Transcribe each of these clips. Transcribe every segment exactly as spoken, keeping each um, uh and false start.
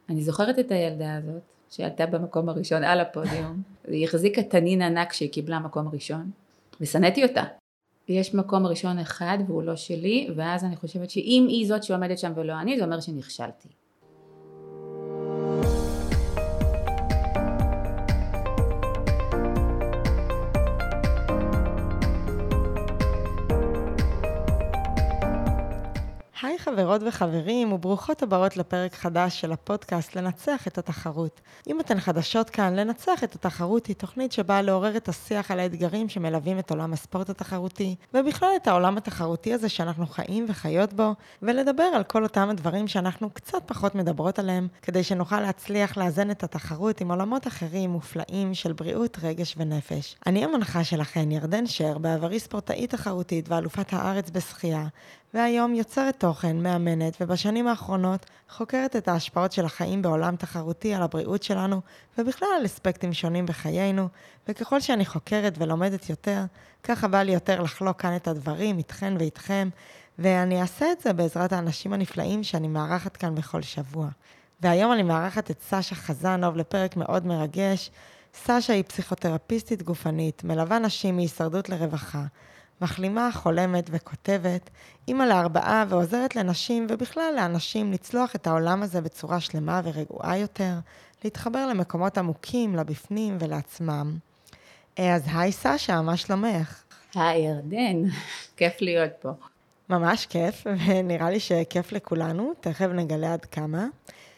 אני זוכרת את הילדה הזאת, שעלתה במקום הראשון על הפודיום, היא החזיקה תנין ענק שהיא קיבלה מקום ראשון, ושנאתי אותה. יש מקום ראשון אחד והוא לא שלי, ואז אני חושבת שאם היא זאת שעומדת שם ולא אני, זה אומר שנכשלתי. היי חברות וחברים וברוכות הבאות לפרק חדש של הפודקאסט לנצח את התחרות. אם אתן חדשות כאן, לנצח את התחרות היא תוכנית שבאה לעורר את השיח על האתגרים שמלווים את עולם הספורט התחרותי, ובכלל את העולם התחרותי הזה שאנחנו חיים וחיות בו, ולדבר על כל אותם הדברים שאנחנו קצת פחות מדברות עליהם, כדי שנוכל להצליח לאזן את התחרות עם עולמות אחרים מופלאים של בריאות, רגש ונפש. אני המנחה שלכן ירדן שר, בעברי ספורטאית תחרותית ואלופת הארץ בשחייה, והיום יוצרת תוכן, מאמנת, ובשנים האחרונות חוקרת את ההשפעות של החיים בעולם תחרותי על הבריאות שלנו, ובכלל על אספקטים שונים בחיינו, וככל שאני חוקרת ולומדת יותר, ככה בא לי יותר לחלוק כאן את הדברים, איתכן ואיתכם, ואני אעשה את זה בעזרת האנשים הנפלאים שאני מארחת כאן בכל שבוע. והיום אני מארחת את סשה חזנוב לפרק מאוד מרגש. סשה היא פסיכותרפיסטית גופנית, מלווה נשים מהישרדות לרווחה, מחלימה, חולמת וכותבת, אימא לארבעה ועוזרת לנשים ובכלל לאנשים לצלוח את העולם הזה בצורה שלמה ורגועה יותר, להתחבר למקומות עמוקים, לבפנים ולעצמם. אז היי סשה, מה שלומך? היי ירדן, כיף להיות פה. ממש כיף, ונראה לי שכיף לכולנו, תכף נגלה עד כמה.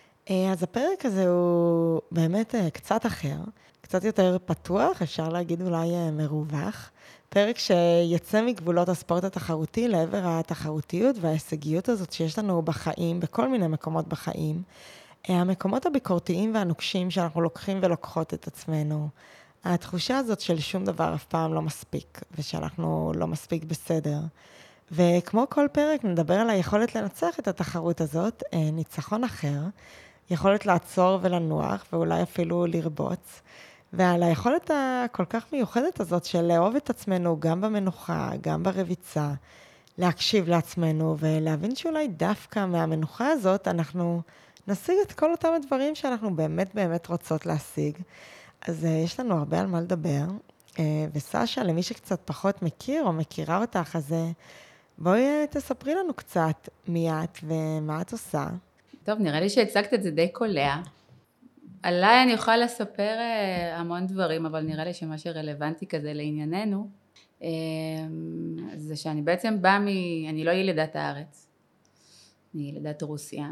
אז הפרק הזה הוא באמת קצת אחר, קצת יותר פתוח, אפשר להגיד אולי מרווח. פרק שיצא מגבולות הספורט התחרותי לעבר התחרותיות וההישגיות הזאת שיש לנו בחיים, בכל מיני מקומות בחיים. המקומות הביקורתיים והנוקשים שאנחנו לוקחים ולוקחות את עצמנו. התחושה הזאת של שום דבר אף פעם לא מספיק, ושאנחנו לא מספיק בסדר. וכמו כל פרק נדבר על היכולת לנצח את התחרות הזאת, ניצחון אחר, יכולת לעצור ולנוח ואולי אפילו לרבוץ. ועל היכולת הכל כך מיוחדת הזאת של לאהוב את עצמנו גם במנוחה, גם ברביצה, להקשיב לעצמנו ולהבין שאולי דווקא מהמנוחה הזאת אנחנו נשיג את כל אותם הדברים שאנחנו באמת באמת רוצות להשיג. אז יש לנו הרבה על מה לדבר. וסשה, למי שקצת פחות מכיר או מכירה אותך, אז בואי תספרי לנו קצת מי את ומה את עושה. טוב, נראה לי שהצגת את זה די קולע. עליי אני יכולה לספר המון דברים, אבל נראה לי שמה שרלוונטי כזה לענייננו, זה שאני בעצם באה מ... אני לא ילידת הארץ, אני ילידת רוסיה,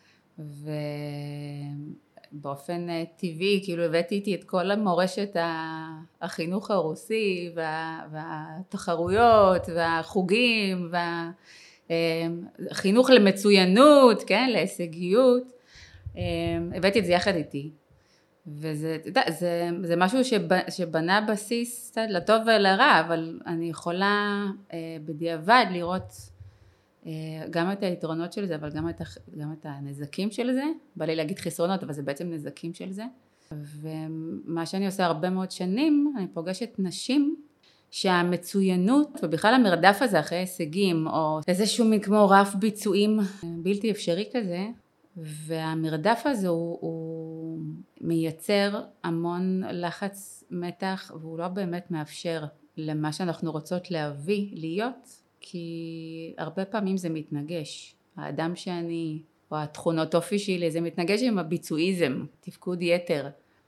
ובאופן טבעי, כאילו הבאתי איתי את כל המורשת החינוך הרוסי, וה... והתחרויות, והחוגים, והחינוך למצוינות, כן, להישגיות, הבאתי את זה יחד איתי, וזה זה, זה משהו שבנה בסיס לטוב ולרע, אבל אני יכולה בדיעבד לראות גם את היתרונות של זה, אבל גם את, גם את הנזקים של זה. בא לי להגיד חסרונות, אבל זה בעצם נזקים של זה. ומה שאני עושה הרבה מאוד שנים, אני פוגשת נשים שהמצוינות ובכלל המרדף הזה אחרי הישגים, או איזשהו מין כמו רף ביצועים בלתי אפשרי כזה, והמרדף הזה הוא, הוא מייצר המון לחץ מתח, והוא לא באמת מאפשר למה שאנחנו רוצות להביא, להיות, כי הרבה פעמים זה מתנגש. האדם שאני, או התכונות אופי שלי, זה מתנגש עם הביצועיזם, תפקוד יתר,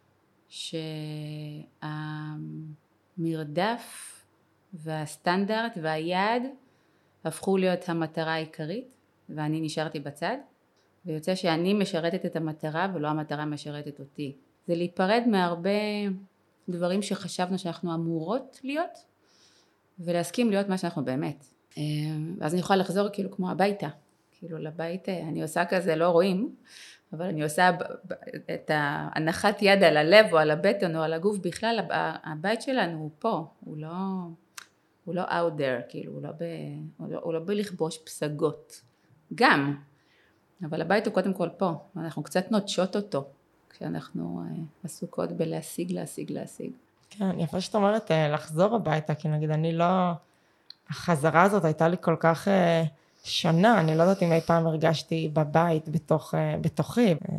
שהמרדף והסטנדרט והיעד הפכו להיות המטרה העיקרית, ואני נשארתי בצד. ויוצא שאני משרתת את המטרה ולא המטרה משרתת אותי. זה להיפרד מהרבה דברים שחשבנו שאנחנו אמורות להיות, ולהסכים להיות מה שאנחנו באמת. ואז אני יכולה לחזור כאילו כמו הביתה. כאילו לבית אני עושה כזה, לא רואים, אבל אני עושה את ההנחת יד על הלב או על הבטן או על הגוף. בכלל הבית שלנו הוא פה, הוא לא, הוא לא out there, כאילו הוא לא, ב, הוא לא, הוא לא בלכבוש פסגות. גם. אבל הבית הוא קודם כל פה, ואנחנו קצת נוטשות אותו, כשאנחנו עסוקות בלהשיג, להשיג, להשיג. כן, יפה שאת אומרת לחזור הביתה, כי נגיד אני לא, החזרה הזאת הייתה לי כל כך שונה, אני לא יודעת אם אי פעם הרגשתי בבית, בתוך, בתוכי.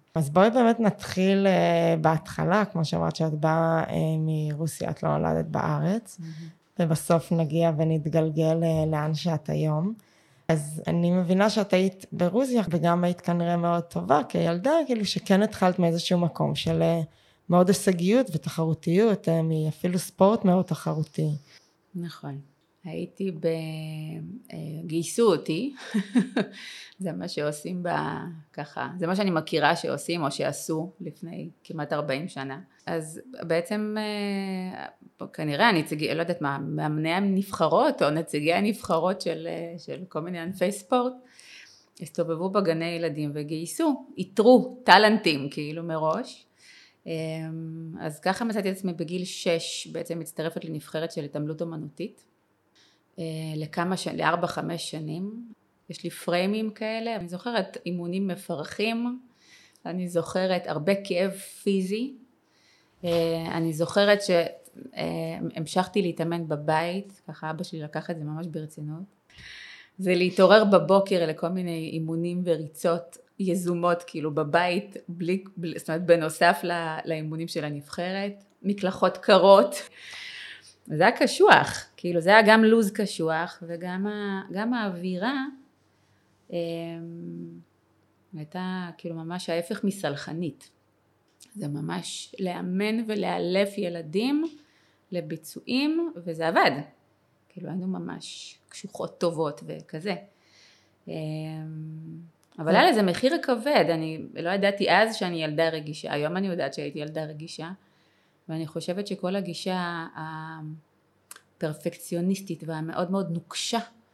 אז בואי באמת נתחיל uh, בהתחלה, כמו שאמרת שאת באה uh, מרוסיה, את לא נולדת בארץ, mm-hmm. ובסוף נגיע ונתגלגל uh, לאן שאת היום. אז אני מבינה שאת היית ברוסיה, וגם היית כנראה מאוד טובה כילדה, כאילו שכן התחלת מאיזשהו מקום של uh, מאוד הישגיות ותחרותיות, uh, מאפילו ספורט מאוד תחרותי. נכון. הייתי ב... גייסו אותי, זה מה שעושים בה ככה, זה מה שאני מכירה שעושים או שעשו לפני כמעט ארבעים שנה. אז בעצם כנראה הנציגי, לא יודעת מה, מאמני הנבחרות או נציגי הנבחרות של, של כל מיני ענפי ספורט, הסתובבו בגני ילדים וגייסו, איתרו טלנטים כאילו מראש. אז ככה מצאתי את עצמי בגיל שש, בעצם מצטרפת לנבחרת של התעמלות אומנותית. לכמה שנים, לארבע חמש שנים, יש לי פריימים כאלה, אני זוכרת אימונים מפרכים, אני זוכרת הרבה כאב פיזי, אני זוכרת שהמשכתי להתאמן בבית, ככה אבא שלי לקח את זה ממש ברצינות, זה להתעורר בבוקר לכל מיני אימונים וריצות יזומות כאילו בבית, בלי, זאת אומרת בנוסף לאימונים של הנבחרת, מקלחות קרות, זה היה קשוח, כאילו זה היה גם לוז קשוח וגם גם האווירה אה, הייתה כאילו ממש ההפך מסלחנית. זה ממש לאמן ולאלף ילדים לביצועים וזה עבד. כאילו היינו ממש קשוחות טובות וכזה. אה, אבל היה לזה מחיר כבד, אני לא ידעתי אז שאני ילדה רגישה, היום אני יודעת שהייתי ילדה רגישה. ואני חושבת שכל הגישה הפרפקציוניסטית והמאוד מאוד נוקשה,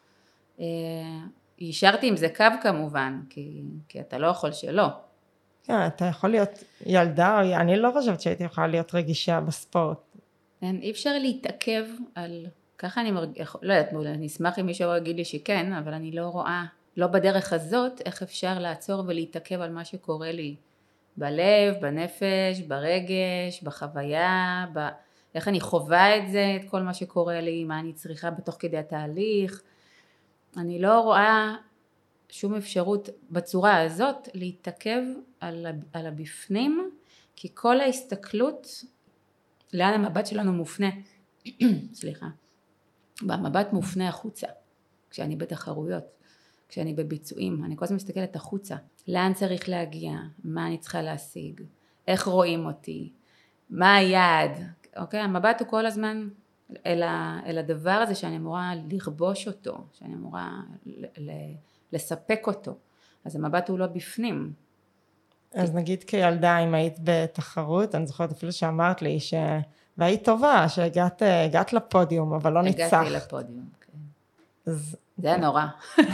יישרתי עם זה קו כמובן, כי, כי אתה לא יכול שלא. כן, אתה יכול להיות ילדה, אני לא חושבת שהייתי יכולה להיות רגישה בספורט. כן, אי אפשר להתעכב על, ככה אני מרגישה, לא יודעת, אני אשמח אם מישהו יגיד לי שכן, אבל אני לא רואה, לא בדרך הזאת, איך אפשר לעצור ולהתעכב על מה שקורה לי. בלב, בנפש, ברגש, בחוויה, ב... איך אני חווה את זה, את כל מה שקורה לי, מה אני צריכה בתוך כדי התהליך. אני לא רואה שום אפשרות בצורה הזאת להתעכב על, על הבפנים, כי כל ההסתכלות, לאן המבט שלנו מופנה, סליחה, במבט מופנה החוצה, כשאני בתחרויות. כשאני בביצועים, אני כל הזמן מסתכלת החוצה, לאן צריך להגיע, מה אני צריכה להשיג, איך רואים אותי, מה היעד, אוקיי? המבט הוא כל הזמן אל, ה, אל הדבר הזה שאני אמורה לכבוש אותו, שאני אמורה ל, ל, לספק אותו, אז המבט הוא לא בפנים. אז נגיד כילדה, אם היית בתחרות, אני זוכרת אפילו שאמרת לי, ש... והיית טובה, שהגעת לפודיום, אבל לא ניצחת. הגעתי לפודיום, כן. אז... זה היה נורא.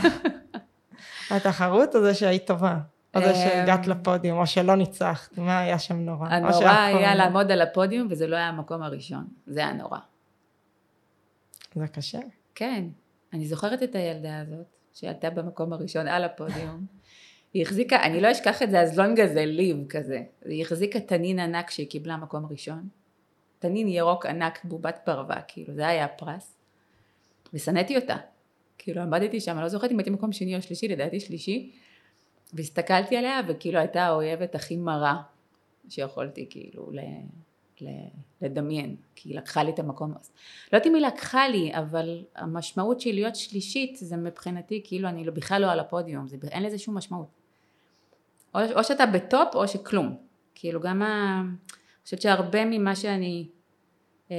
התחרות או זה שהיית טובה? או זה שהגעת לפודיום, או שלא ניצחת? מה היה שם נורא? הנורא היה לעמוד על הפודיום, וזה לא היה המקום הראשון. זה היה נורא. זה קשה. כן. אני זוכרת את הילדה הזאת, שעלתה במקום הראשון על הפודיום. היא החזיקה, אני לא אשכח את זה, אז לא נגזה ליב כזה. היא החזיקה תנין ענק שהיא קיבלה מקום ראשון. תנין ירוק ענק, בובת פרווה, כאילו, זה היה הפרס. ושנאתי אותה. כאילו עמדתי שם, אני לא זוכרת אם הייתי מקום שני או שלישי, לדעתי שלישי, והסתכלתי עליה וכאילו הייתה האויבת הכי מרה שיכולתי כאילו ל, ל, לדמיין, כי היא לקחה לי את המקום. לא יודעת אם היא לקחה לי, אבל המשמעות של להיות שלישית זה מבחינתי כאילו אני בכלל לא על הפודיום, זה, אין לזה שום משמעות. או, או שאתה בטופ או שכלום, כאילו גם ה... אני חושבת שהרבה ממה שאני אה,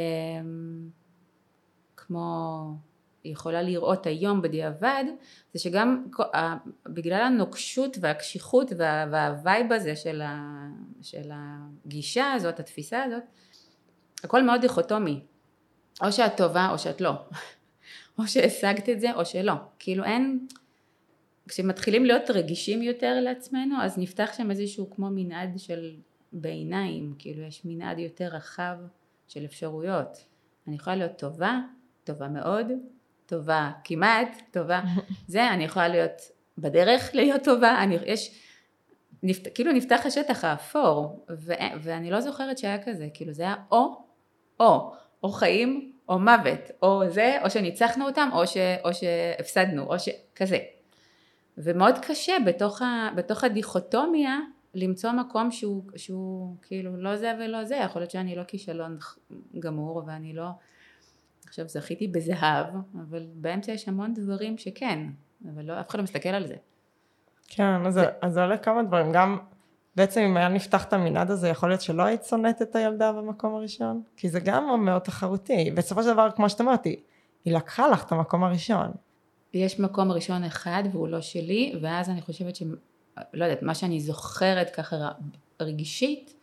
כמו... יכולה לראות היום בדיעבד, זה שגם בגלל הנוקשות והקשיחות והווייב הזה של, ה, של הגישה הזאת, התפיסה הזאת, הכל מאוד דיכוטומי. או שאת טובה או שאת לא. או שהשגת את זה או שלא. כאילו אין, כשמתחילים להיות רגישים יותר לעצמנו, אז נפתח שם איזשהו כמו מנעד של בעיניים, כאילו יש מנעד יותר רחב של אפשרויות. אני יכולה להיות טובה, טובה מאוד, טובה כמעט, טובה, זה אני יכולה להיות בדרך להיות טובה, אני, יש, נפת, כאילו נפתח השטח האפור, ו, ואני לא זוכרת שהיה כזה, כאילו זה היה או, או, או חיים, או מוות, או זה, או שניצחנו אותם, או, ש, או שהפסדנו, או שכזה. ומאוד קשה בתוך, ה, בתוך הדיכוטומיה, למצוא מקום שהוא, שהוא כאילו לא זה ולא זה, יכול להיות שאני לא כישלון גמור ואני לא, עכשיו זכיתי בזהב, אבל באמצע יש המון דברים שכן, אבל לא, אף אחד לא מסתכל על זה. כן, אז זה, אז זה עולה כמה דברים, גם בעצם אם היה נפתח את המנעד הזה, יכול להיות שלא היית שונאת את הילדה במקום הראשון, כי זה גם מאוד תחרותי, בסופו של דבר, כמו שאת אומרת, היא, היא לקחה לך את המקום הראשון. יש מקום ראשון אחד והוא לא שלי, ואז אני חושבת ש... לא יודעת, מה שאני זוכרת ככה רגישית,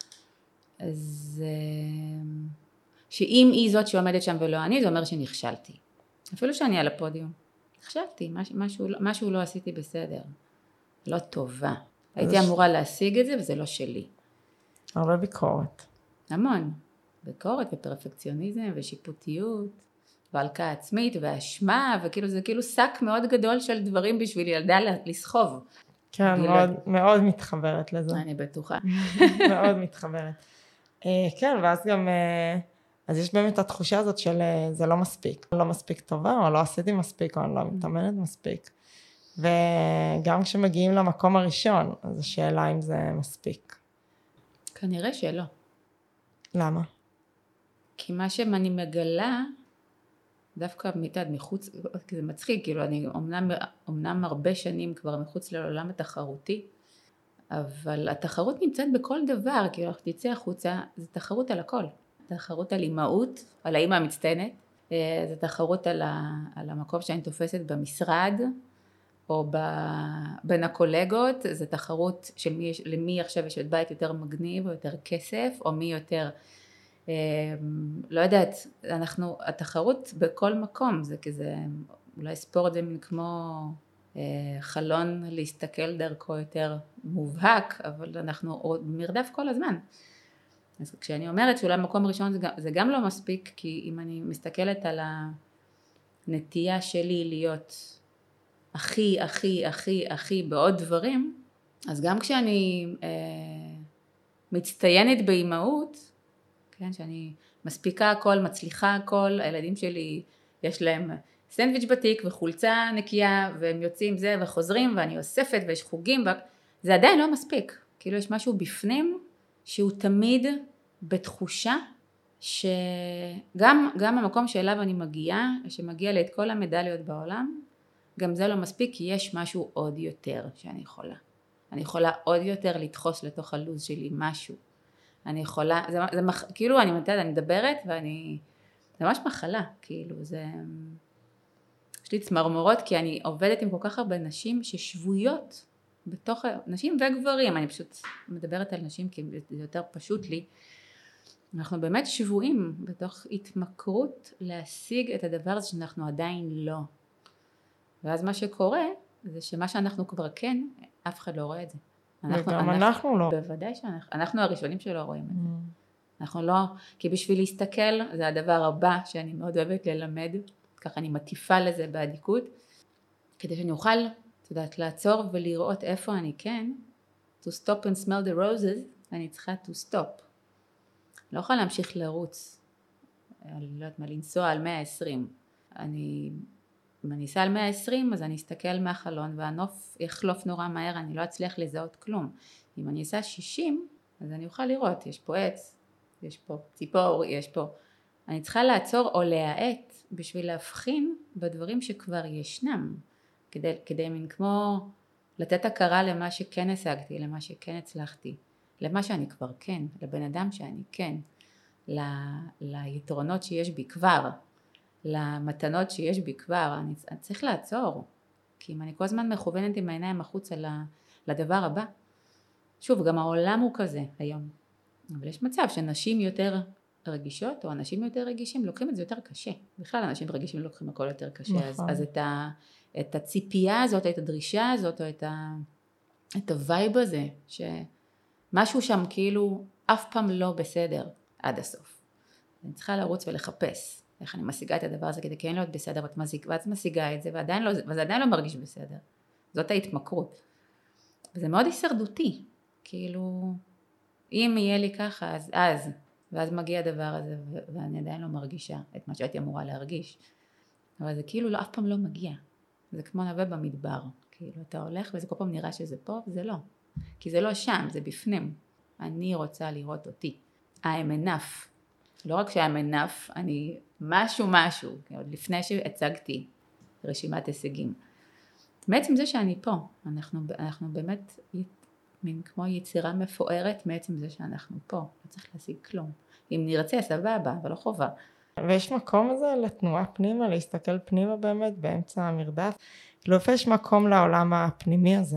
אז שאם היא זאת שעומדת שם ולא אני, זה אומר שנכשלתי. אפילו שאני על הפודיום. נכשלתי, משהו, משהו לא עשיתי בסדר. לא טובה. הייתי אמורה להשיג את זה וזה לא שלי. הרבה ביקורת. המון. ביקורת ופרפקציוניזם ושיפוטיות. והלקה עצמית והאשמה, וכאילו זה כאילו שק מאוד גדול של דברים בשביל ילדה לסחוב. כן, מאוד, מאוד מתחברת לזה. אני בטוחה. מאוד מתחברת. כן, ואז גם, אז יש באמת התחושה הזאת של זה לא מספיק. לא מספיק טובה, או לא עשיתי מספיק, או אני לא מתאמנת מספיק. וגם כשמגיעים למקום הראשון, אז השאלה אם זה מספיק. כנראה שלא. למה? כי מה שאני מגלה, דווקא מתעד מחוץ, כי זה מצחיק, כאילו אני אומנם, אומנם הרבה שנים כבר מחוץ לעולם התחרותי, אבל התחרות נמצאת בכל דבר, כאילו אנחנו תצא החוצה, זה תחרות על הכל. תחרות על אימהות, על האימא המצטיינת, זה תחרות על, ה, על המקום שאני תופסת במשרד, או ב, בין הקולגות, זה תחרות של מי, למי עכשיו יש את בית יותר מגניב, או יותר כסף, או מי יותר... לא יודעת, אנחנו, התחרות בכל מקום, זה כזה, אולי ספורט זה כמו חלון להסתכל דרכו יותר מובהק, אבל אנחנו מרדף כל הזמן. אז כשאני אומרת שאולי מקום ראשון זה גם, זה גם לא מספיק, כי אם אני מסתכלת על הנטייה שלי להיות הכי, הכי, הכי, הכי בעוד דברים, אז גם כשאני אה, מצטיינת באימהות, כן, שאני מספיקה הכל, מצליחה הכל, הילדים שלי יש להם סנדוויץ' בתיק וחולצה נקייה, והם יוצאים זה וחוזרים, ואני אוספת ויש חוגים, זה עדיין לא מספיק. כאילו יש משהו בפנים שהוא תמיד בתחושה שגם גם המקום שאליו אני מגיעה, שמגיע לי את כל המדליות בעולם, גם זה לא מספיק, כי יש משהו עוד יותר שאני יכולה. אני יכולה עוד יותר לדחוס לתוך הלוז שלי משהו. אני יכולה, זה, זה מח, כאילו אני מתארת, אני מדברת ואני, זה ממש מחלה, כאילו זה, יש לי צמרמורות כי אני עובדת עם כל כך הרבה נשים ששבויות בתוך, נשים וגברים, אני פשוט מדברת על נשים כי זה יותר פשוט לי, אנחנו באמת שבויים בתוך התמכרות להשיג את הדבר הזה שאנחנו עדיין לא, ואז מה שקורה זה שמה שאנחנו כבר כן, אף אחד לא רואה את זה. אנחנו, וגם אנחנו, אנחנו לא. בוודאי שאנחנו, אנחנו הראשונים שלא רואים את זה. Mm. אנחנו לא, כי בשביל להסתכל, זה הדבר הבא שאני מאוד אוהבת ללמד, ככה אני מטיפה לזה בעדיקות, כדי שאני אוכל, את יודעת, לעצור ולראות איפה אני כן, to stop and smell the roses, אני צריכה to stop. לא יכולה להמשיך לרוץ, אני לא יודעת מה, לנסוע על מאה ועשרים. אני... אם אני אסע על מאה ועשרים, אז אני אסתכל מהחלון והנוף יחלוף נורא מהר, אני לא אצליח לזהות כלום. אם אני אסע שישים, אז אני אוכל לראות, יש פה עץ, יש פה ציפור, יש פה... אני צריכה לעצור או להאט בשביל להבחין בדברים שכבר ישנם, כדי, כדי מין כמו לתת הכרה למה שכן השגתי, למה שכן הצלחתי, למה שאני כבר כן, לבן אדם שאני כן, ל, ליתרונות שיש בי כבר, למתנות שיש בי כבר, אני, אני צריך לעצור, כי אם אני כל הזמן מכוונת עם העיניים החוצה לדבר הבא, שוב, גם העולם הוא כזה היום, אבל יש מצב שנשים יותר רגישות, או אנשים יותר רגישים, לוקחים את זה יותר קשה, בכלל אנשים רגישים לוקחים הכל יותר קשה, אז, אז את, ה, את הציפייה הזאת, את הדרישה הזאת, או את, ה, את הווייב הזה, שמשהו שם כאילו אף פעם לא בסדר עד הסוף, אני צריכה לרוץ ולחפש, איך אני משיגה את הדבר הזה כדי כן להיות בסדר, ואת, משיג, ואת משיגה את זה, ועדיין לא, וזה עדיין לא מרגיש בסדר. זאת ההתמכרות. וזה מאוד הישרדותי. כאילו, אם יהיה לי ככה, אז, אז, ואז מגיע הדבר הזה, ואני עדיין לא מרגישה את מה שהייתי אמורה להרגיש. אבל זה כאילו לא, אף פעם לא מגיע. זה כמו נווה במדבר. כאילו, אתה הולך, וזה כל פעם נראה שזה פה, וזה לא. כי זה לא שם, זה בפנים. אני רוצה לראות אותי. I'm enough. לא רק ש-I'm enough, אני משהו משהו, עוד לפני שהצגתי רשימת הישגים. מעצם זה שאני פה, אנחנו, אנחנו באמת מין כמו יצירה מפוארת מעצם זה שאנחנו פה, לא צריך להשיג כלום. אם נרצה, סבבה, אבל לא חובה. ויש מקום הזה לתנועה פנימה, להסתכל פנימה באמת באמצע המרדף. כאילו, יש מקום לעולם הפנימי הזה,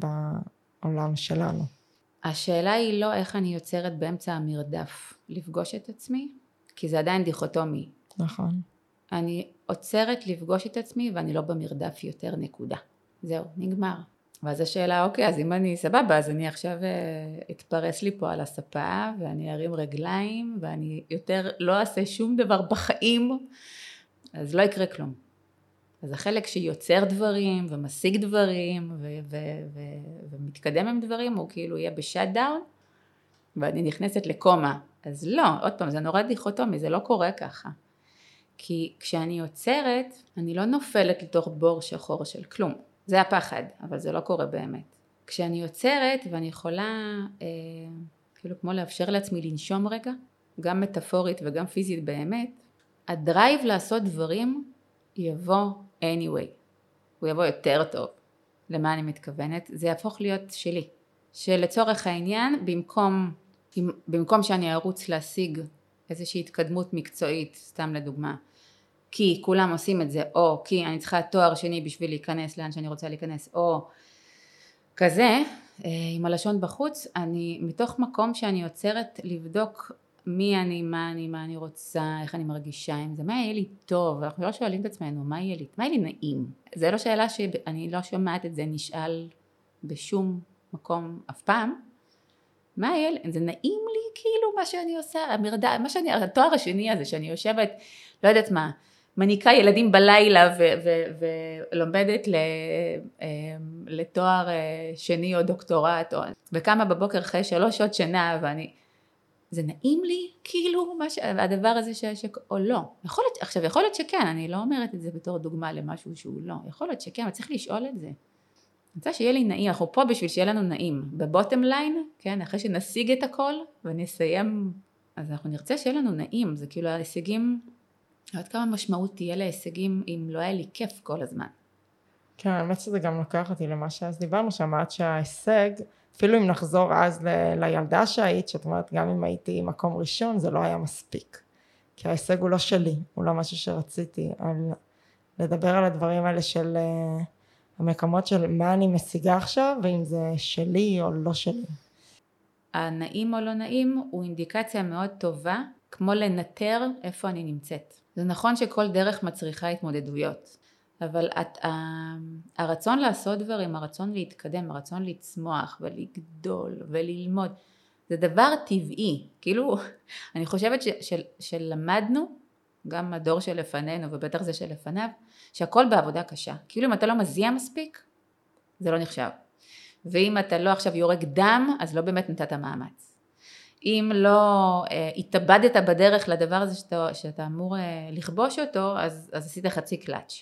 בעולם שלנו. השאלה היא לא איך אני יוצרת באמצע המרדף לפגוש את עצמי, כי זה עדיין דיכוטומי. נכון. אני עוצרת לפגוש את עצמי ואני לא במרדף יותר, נקודה. זהו, נגמר. ואז השאלה, אוקיי, אז אם אני סבבה, אז אני עכשיו אתפרס לי פה על הספה, ואני ארים רגליים, ואני יותר לא אעשה שום דבר בחיים, אז לא יקרה כלום. אז החלק שיוצר דברים, ומשיג דברים, ו- ו- ו- ומתקדם עם דברים, הוא כאילו יהיה בשאט דאון, ואני נכנסת לקומה. אז לא, עוד פעם, זה נורא דיכוטומי, זה לא קורה ככה. כי כשאני יוצרת, אני לא נופלת לתוך בור שחור של כלום. זה הפחד, אבל זה לא קורה באמת. כשאני יוצרת ואני יכולה, אה, כאילו כמו לאפשר לעצמי לנשום רגע, גם מטאפורית וגם פיזית באמת, הדרייב לעשות דברים יבוא anyway. הוא יבוא יותר טוב. למה אני מתכוונת? זה יהפוך להיות שלי. שלצורך העניין, במקום, במקום שאני ארוץ להשיג איזושהי התקדמות מקצועית, סתם לדוגמה, כי כולם עושים את זה, או כי אני צריכה תואר שני בשביל להיכנס לאן שאני רוצה להיכנס, או כזה, עם הלשון בחוץ, אני מתוך מקום שאני יוצרת לבדוק מי אני, מה אני, מה אני רוצה, איך אני מרגישה עם זה, מה יהיה לי טוב, אנחנו לא שואלים את עצמנו, מה יהיה לי, מה יהיה לי נעים, זה לא שאלה שאני לא שומעת את זה נשאל בשום מקום אף פעם, מה יהיה לי, זה נעים לי כאילו מה שאני עושה, המרדה, מה שאני, התואר השני הזה שאני יושבת, לא יודעת מה, מניקה ילדים בלילה ו- ו- ולומדת ל- לתואר שני או דוקטורט, או, וקמה בבוקר אחרי שלוש שעות שינה, ואני, זה נעים לי כאילו מה ש- הדבר הזה ש- ש- או לא, יכול להיות, עכשיו יכול להיות שכן, אני לא אומרת את זה בתור דוגמה למשהו שהוא לא, יכול להיות שכן, אבל צריך לשאול את זה. אני רוצה שיהיה לי נעים, אנחנו פה בשביל שיהיה לנו נעים, בבוטם ליין, כן, אחרי שנשיג את הכל ונסיים, אז אנחנו נרצה שיהיה לנו נעים, זה כאילו ההישגים, עוד כמה משמעות תהיה להישגים אם לא היה לי כיף כל הזמן. כן, האמת שזה גם לוקח אותי למה שאז דיברנו, שאמרת שההישג, אפילו אם נחזור אז ל- לילדה שהיית, שאת אומרת גם אם הייתי מקום ראשון, זה לא היה מספיק. כי ההישג הוא לא שלי, הוא לא משהו שרציתי, על לדבר על הדברים האלה של uh, המקומות של מה אני משיגה עכשיו, ואם זה שלי או לא שלי. הנעים או לא נעים הוא אינדיקציה מאוד טובה, כמו לנטר איפה אני נמצאת. זה נכון שכל דרך מצריכה התמודדויות, אבל את, הרצון לעשות דברים, הרצון להתקדם, הרצון לצמוח ולגדול וללמוד, זה דבר טבעי. כאילו, אני חושבת ש, של, שלמדנו, גם הדור שלפנינו ובטח זה שלפניו, שהכל בעבודה קשה. כאילו אם אתה לא מזיע מספיק, זה לא נחשב. ואם אתה לא עכשיו יורק דם, אז לא באמת נתת מאמץ. אם לא אה, התאבדת בדרך לדבר הזה שאתה, שאתה אמור אה, לכבוש אותו, אז, אז עשית חצי קלאץ'.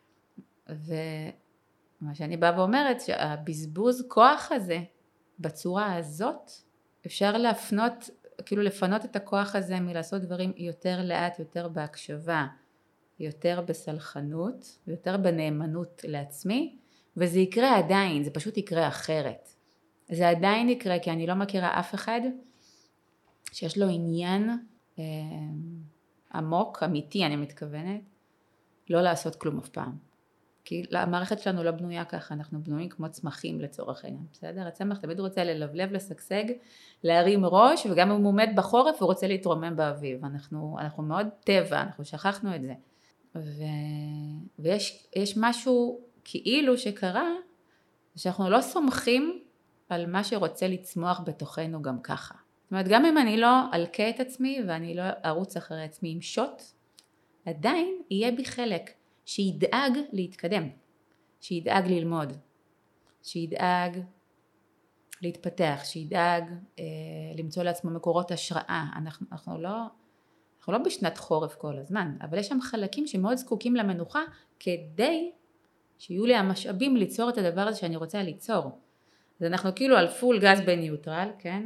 ומה שאני באה ואומרת, שהבזבוז כוח הזה, בצורה הזאת, אפשר להפנות, כאילו לפנות את הכוח הזה מלעשות דברים יותר לאט, יותר בהקשבה, יותר בסלחנות, יותר בנאמנות לעצמי, וזה יקרה עדיין, זה פשוט יקרה אחרת. זה עדיין יקרה, כי אני לא מכירה אף אחד שיש לו עניין אה, עמוק, אמיתי אני מתכוונת, לא לעשות כלום אף פעם. כי המערכת שלנו לא בנויה ככה, אנחנו בנויים כמו צמחים לצורך העניין, בסדר? הצמח תמיד רוצה ללבלב, לשגשג, להרים ראש, וגם אם הוא עומד בחורף הוא רוצה להתרומם באביב. אנחנו, אנחנו מאוד טבע, אנחנו שכחנו את זה. ו... ויש יש משהו כאילו שקרה, שאנחנו לא סומכים על מה שרוצה לצמוח בתוכנו גם ככה. זאת אומרת, גם אם אני לא אלכה את עצמי ואני לא ארוץ אחרי עצמי עם שוט, עדיין יהיה בי חלק שידאג להתקדם, שידאג ללמוד, שידאג להתפתח, שידאג אה, למצוא לעצמו מקורות השראה. אנחנו, אנחנו, לא, אנחנו לא בשנת חורף כל הזמן, אבל יש שם חלקים שמאוד זקוקים למנוחה כדי שיהיו לי המשאבים ליצור את הדבר הזה שאני רוצה ליצור. אז אנחנו כאילו על פול גז בניוטרל, כן?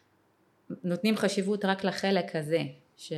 נותנים חשיבות רק לחלק הזה ש...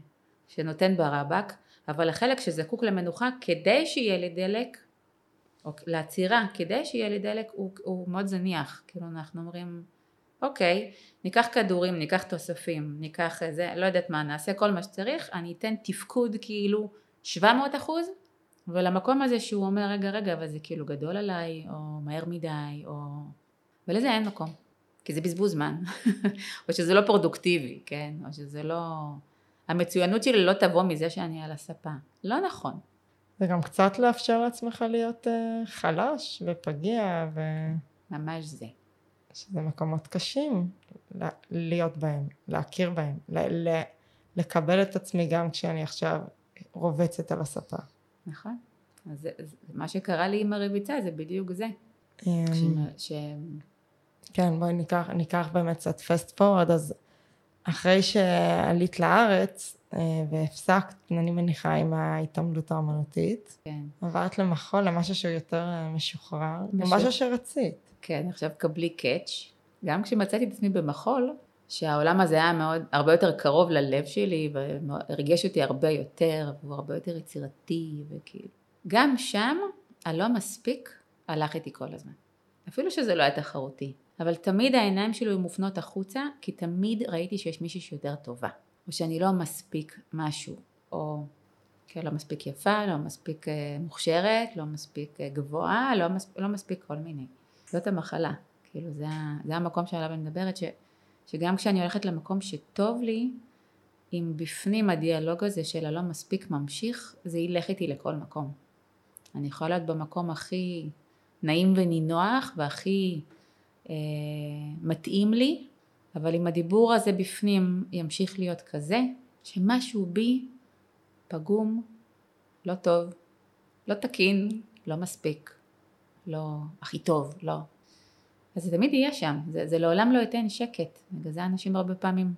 שנותן ברבק, אבל החלק שזקוק למנוחה כדי שיהיה לי דלק, או לעצירה, כדי שיהיה לי דלק, הוא, הוא מאוד זניח. כאילו אנחנו אומרים, אוקיי, ניקח כדורים, ניקח תוספים, ניקח זה, לא יודעת מה, נעשה כל מה שצריך, אני אתן תפקוד כאילו שבע מאות אחוז, ולמקום הזה שהוא אומר, רגע, רגע, אבל זה כאילו גדול עליי, או מהר מדי, או... ולזה אין מקום, כי זה בזבוז זמן, או שזה לא פרודוקטיבי, כן, או שזה לא... המצוינות שלי לא תבוא מזה שאני על הספה, לא נכון. זה גם קצת לאפשר לעצמך להיות uh, חלש ופגיע, ו... ממש זה. שזה מקומות קשים להיות בהם, להכיר בהם, ל- ל- לקבל את עצמי גם כשאני עכשיו רובצת על הספה. נכון. אז זה, זה, מה שקרה לי עם הרביצה זה בדיוק זה. ש... ש... כן, בואי ניקח, ניקח באמת קצת פסט פורד, אז אחרי שעלית לארץ והפסקת, אני מניחה עם ההתעמלות האמנותית, כן. עברת למחול, למשהו שהוא יותר משוחרר, משהו... משהו שרצית. כן, עכשיו קבלי קאץ', גם כשמצאתי את עצמי במחול, שהעולם הזה היה מאוד, הרבה יותר קרוב ללב שלי, והרגש אותי הרבה יותר, והוא הרבה יותר יצירתי, וכאילו. גם שם, הלא מספיק, הלך איתי כל הזמן. אפילו שזה לא היה תחרותי. אבל תמיד העיניים שלו היו מופנות החוצה, כי תמיד ראיתי שיש מישהי שיותר טובה. או שאני לא מספיק משהו, או כן, לא מספיק יפה, לא מספיק מוכשרת, לא מספיק גבוהה, לא מספיק, לא מספיק כל מיני. זאת המחלה. כאילו זה, זה המקום שעליו אני מדברת, ש, שגם כשאני הולכת למקום שטוב לי, אם בפנים הדיאלוג הזה של הלא מספיק ממשיך, זה ילך איתי לכל מקום. אני יכולה להיות במקום הכי נעים ונינוח, והכי אה, מתאים לי, אבל אם הדיבור הזה בפנים ימשיך להיות כזה, שמשהו בי פגום, לא טוב, לא תקין, לא מספיק, לא הכי טוב, לא. אז זה תמיד יהיה שם, זה, זה לעולם לא ייתן שקט, בגלל זה אנשים הרבה פעמים,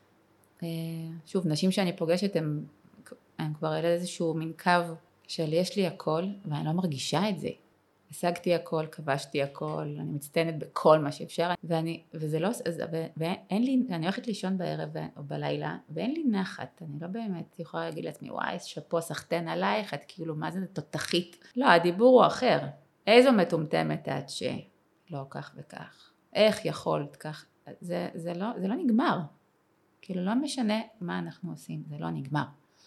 אה, שוב, נשים שאני פוגשת, הם, הם כבר על איזשהו מין קו של יש לי הכל, ואני לא מרגישה את זה. השגתי הכל, כבשתי הכל, אני מצטיינת בכל מה שאפשר, ואני, וזה לא, ואין לי, אני הולכת לישון בערב או בלילה, ואין לי נחת, אני לא באמת יכולה להגיד לעצמי, וואי, שפו סחטן עלייך, את כאילו, מה זה תותחית? לא, הדיבור הוא אחר. איזו מטומטמת את שלא כך וכך. איך יכולת כך? זה, זה לא, זה לא נגמר. כאילו, לא משנה מה אנחנו עושים, זה לא נגמר.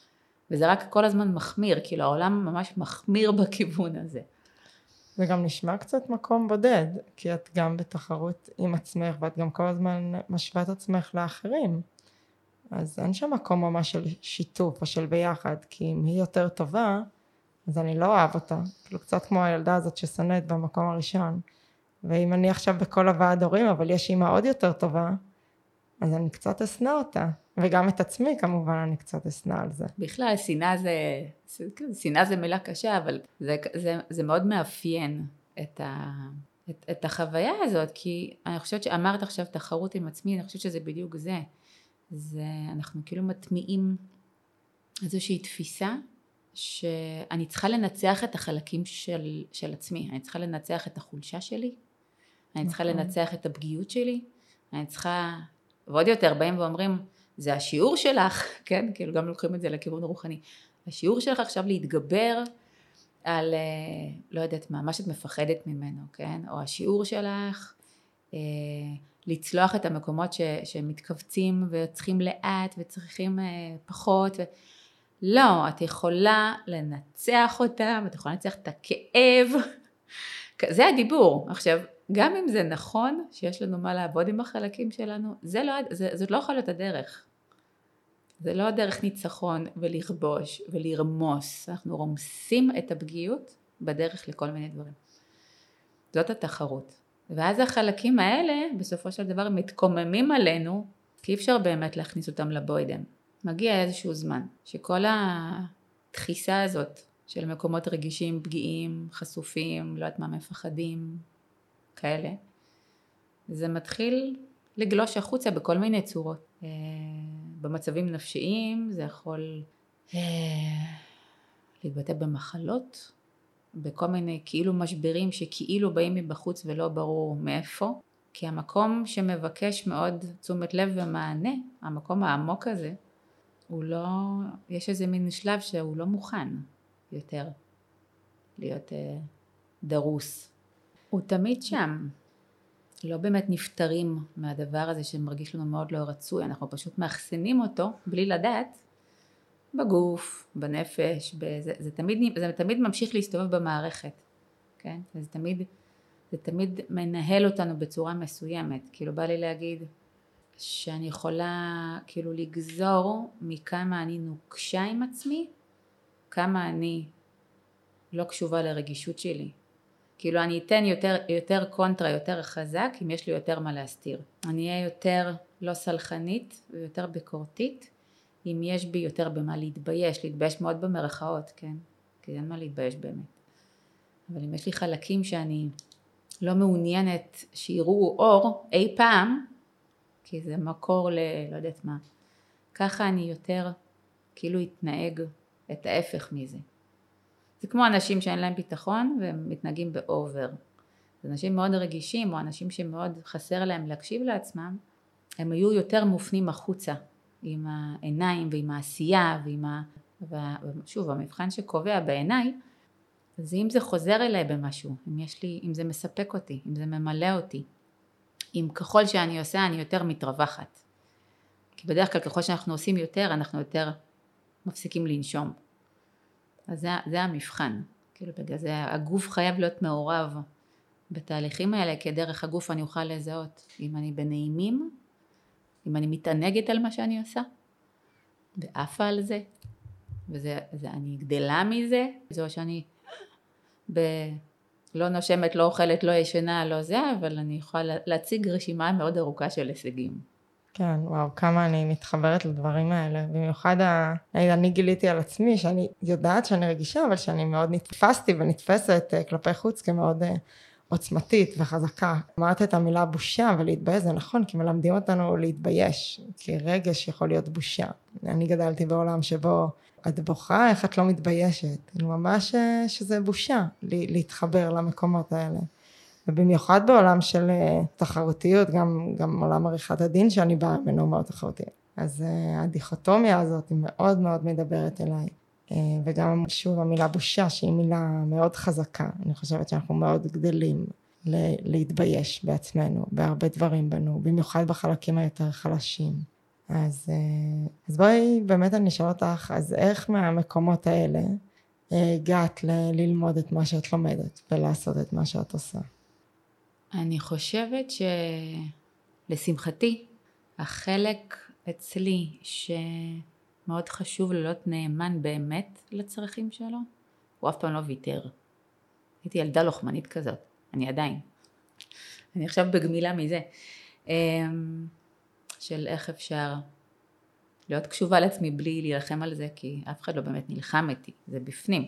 וזה רק כל הזמן מחמיר, כאילו, העולם ממש מחמיר בכיוון הזה. זה גם נשמע קצת מקום בודד, כי את גם בתחרות עם עצמך, ואת גם כל הזמן משווה את עצמך לאחרים. אז אין שם מקום ממש של שיתוף או של ביחד, כי אם היא יותר טובה, אז אני לא אוהב אותה. כאילו קצת כמו הילדה הזאת ששונאת במקום הראשון. ואם אני עכשיו בכל הוועד הורים, אבל יש אימא עוד יותר טובה, אז אני קצת אסנא אותה. וגם את עצמי כמובן אני קצת אסנא על זה. בכלל, שנאה זה, שנאה זה מילה קשה, אבל זה, זה, זה מאוד מאפיין את, ה, את, את החוויה הזאת, כי אני חושבת שאמרת עכשיו תחרות עם עצמי, אני חושבת שזה בדיוק זה. זה אנחנו כאילו מטמיעים איזושהי תפיסה, שאני צריכה לנצח את החלקים של, של עצמי, אני צריכה לנצח את החולשה שלי, אני צריכה לנצח את הפגיעות שלי, אני צריכה, ועוד יותר באים ואומרים, זה השיעור שלך, כן, כאילו גם לוקחים את זה לכיוון רוחני, השיעור שלך עכשיו להתגבר על, לא יודעת מה, מה שאת מפחדת ממנו, כן, או השיעור שלך, לצלוח את המקומות ש, שמתכווצים וצריכים לאט וצריכים פחות, ו... לא, את יכולה לנצח אותם, את יכולה לנצח את הכאב, זה הדיבור. עכשיו, גם אם זה נכון שיש לנו מה לעבוד עם החלקים שלנו, זה לא, זה, זאת לא יכולה להיות הדרך. זה לא הדרך ניצחון ולכבוש ולרמוס. אנחנו רומסים את הפגיעות בדרך לכל מיני דברים. זאת התחרות. ואז החלקים האלה, בסופו של דבר, מתקוממים עלינו, כי אי אפשר באמת להכניס אותם לבוידם. מגיע איזשהו זמן, שכל התחיסה הזאת של מקומות רגישים, פגיעים, חשופים, לא יודעת מה, מפחדים, כאלה, זה מתחיל לגלוש החוצה בכל מיני צורות. במצבים נפשיים זה יכול להתבטא במחלות, בכל מיני כאילו משברים שכאילו באים מבחוץ ולא ברור מאיפה, כי המקום שמבקש מאוד תשומת לב ומענה, המקום העמוק הזה, הוא לא, יש איזה מין שלב שהוא לא מוכן יותר להיות אה, דרוס. הוא תמיד שם, לא באמת נפטרים מהדבר הזה שמרגיש לנו מאוד לא רצוי, אנחנו פשוט מאחסנים אותו בלי לדעת, בגוף, בנפש, בזה, זה, תמיד, זה תמיד ממשיך להסתובב במערכת, כן? זה תמיד, זה תמיד מנהל אותנו בצורה מסוימת, כאילו בא לי להגיד שאני יכולה כאילו לגזור מכמה אני נוקשה עם עצמי, כמה אני לא קשובה לרגישות שלי. כאילו אני אתן יותר, יותר קונטרה, יותר חזק, אם יש לי יותר מה להסתיר. אני אהיה יותר לא סלחנית ויותר ביקורתית, אם יש בי יותר במה להתבייש, להתבייש מאוד במרכאות, כן? כי אין מה להתבייש באמת. אבל אם יש לי חלקים שאני לא מעוניינת שיראו אור אי פעם, כי זה מקור ל... לא יודעת מה, ככה אני יותר כאילו אתנהג את ההפך מזה. זה כמו אנשים שאין להם ביטחון והם מתנהגים באובר. זה אנשים מאוד רגישים או אנשים שמאוד חסר להם להקשיב לעצמם, הם היו יותר מופנים החוצה עם העיניים ועם העשייה ועם ה... ושוב, המבחן שקובע בעיניי, זה אם זה חוזר אליי במשהו, אם יש לי, אם זה מספק אותי, אם זה ממלא אותי, אם ככל שאני עושה אני יותר מתרווחת. כי בדרך כלל ככל שאנחנו עושים יותר, אנחנו יותר מפסיקים לנשום. אז זה, זה המבחן. כאילו בגלל זה הגוף חייב להיות מעורב בתהליכים האלה, כי דרך הגוף אני אוכל לזהות אם אני בנעימים, אם אני מתענגת על מה שאני עושה, ועפה על זה, וזה, זה, אני גדלה מזה, זו שאני ב... לא נושמת, לא אוכלת, לא ישנה, לא זה, אבל אני יכולה להציג רשימה מאוד ארוכה של הישגים. כן, וואו, כמה אני מתחברת לדברים האלה. במיוחד, ה... אני גיליתי על עצמי שאני יודעת שאני רגישה, אבל שאני מאוד נתפסתי ונתפסת כלפי חוץ כמאוד עוצמתית וחזקה. אמרת את המילה בושה ולהתבייש, זה נכון, כי מלמדים אותנו להתבייש, כי רגש יכול להיות בושה. אני גדלתי בעולם שבו את בוכה, איך את לא מתביישת. ממש שזה בושה להתחבר למקומות האלה. ובמיוחד בעולם של תחרותיות, גם, גם עולם עריכת הדין שאני באה ממנו מאוד תחרותי. אז הדיכוטומיה הזאת היא מאוד מאוד מדברת אליי. וגם שוב המילה בושה שהיא מילה מאוד חזקה. אני חושבת שאנחנו מאוד גדלים להתבייש בעצמנו, בהרבה דברים בנו, במיוחד בחלקים היותר חלשים. אז, אז בואי באמת אני אשאל אותך, אז איך מהמקומות האלה הגעת ל- ללמוד את מה שאת לומדת ולעשות את מה שאת עושה? אני חושבת שלשמחתי, החלק אצלי שמאוד חשוב להיות נאמן באמת לצרכים שלו, הוא אף פעם לא ויתר. הייתי ילדה לוחמנית כזאת, אני עדיין. אני עכשיו בגמילה מזה. של איך אפשר להיות קשובה לעצמי בלי להילחם על זה, כי אף אחד לא באמת נלחם איתי, זה בפנים.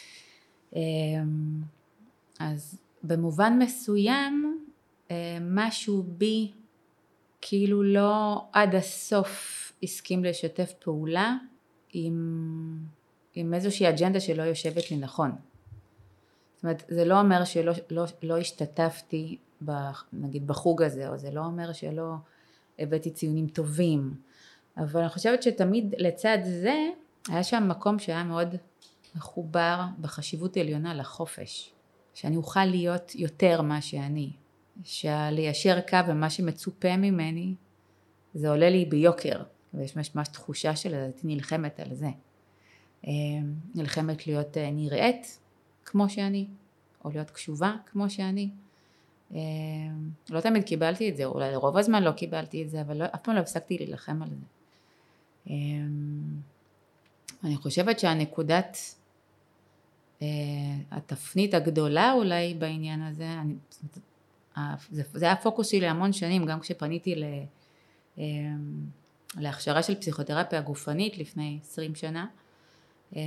אז במובן מסוים, משהו בי כאילו לא עד הסוף הסכים לשתף פעולה עם, עם איזושהי אג'נדה שלא יושבת לי נכון. זאת אומרת, זה לא אומר שלא לא, לא השתתפתי ב, נגיד בחוג הזה, או זה לא אומר שלא הבאתי ציונים טובים, אבל אני חושבת שתמיד לצד זה היה שם מקום שהיה מאוד מחובר בחשיבות עליונה לחופש, שאני אוכל להיות יותר מה שאני, שליישר קו ומה שמצופה ממני זה עולה לי ביוקר, ויש ממש תחושה שלדעתי נלחמת על זה, נלחמת להיות נראית כמו שאני, או להיות קשובה כמו שאני. לא תמיד קיבלתי את זה, אולי לרוב הזמן לא קיבלתי את זה, אבל לא, אף פעם לא הפסקתי להילחם על זה. אני חושבת שהנקודת, התפנית הגדולה אולי בעניין הזה, אני, זה, זה היה הפוקוס שלי המון שנים, גם כשפניתי ל, להכשרה של פסיכותרפיה גופנית לפני עשרים שנה, ו,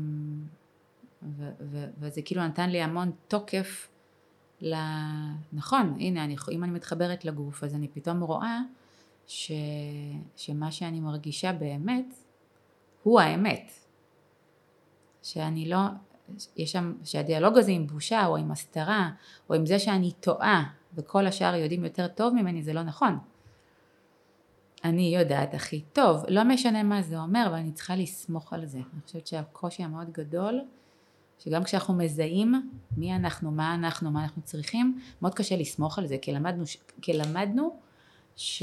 ו, וזה כאילו נתן לי המון תוקף, נכון, הנה, אני, אם אני מתחברת לגוף, אז אני פתאום רואה ש, שמה שאני מרגישה באמת, הוא האמת. שאני לא, יש שם, שהדיאלוג הזה עם בושה או עם הסתרה, או עם זה שאני טועה, וכל השאר יודעים יותר טוב ממני, זה לא נכון. אני יודעת הכי טוב, לא משנה מה זה אומר, ואני צריכה לסמוך על זה. אני חושבת שהקושי המאוד גדול, שגם כשאנחנו מזהים מי אנחנו, מה אנחנו, מה אנחנו צריכים, מאוד קשה לסמוך על זה, כי למדנו, כי למדנו ש,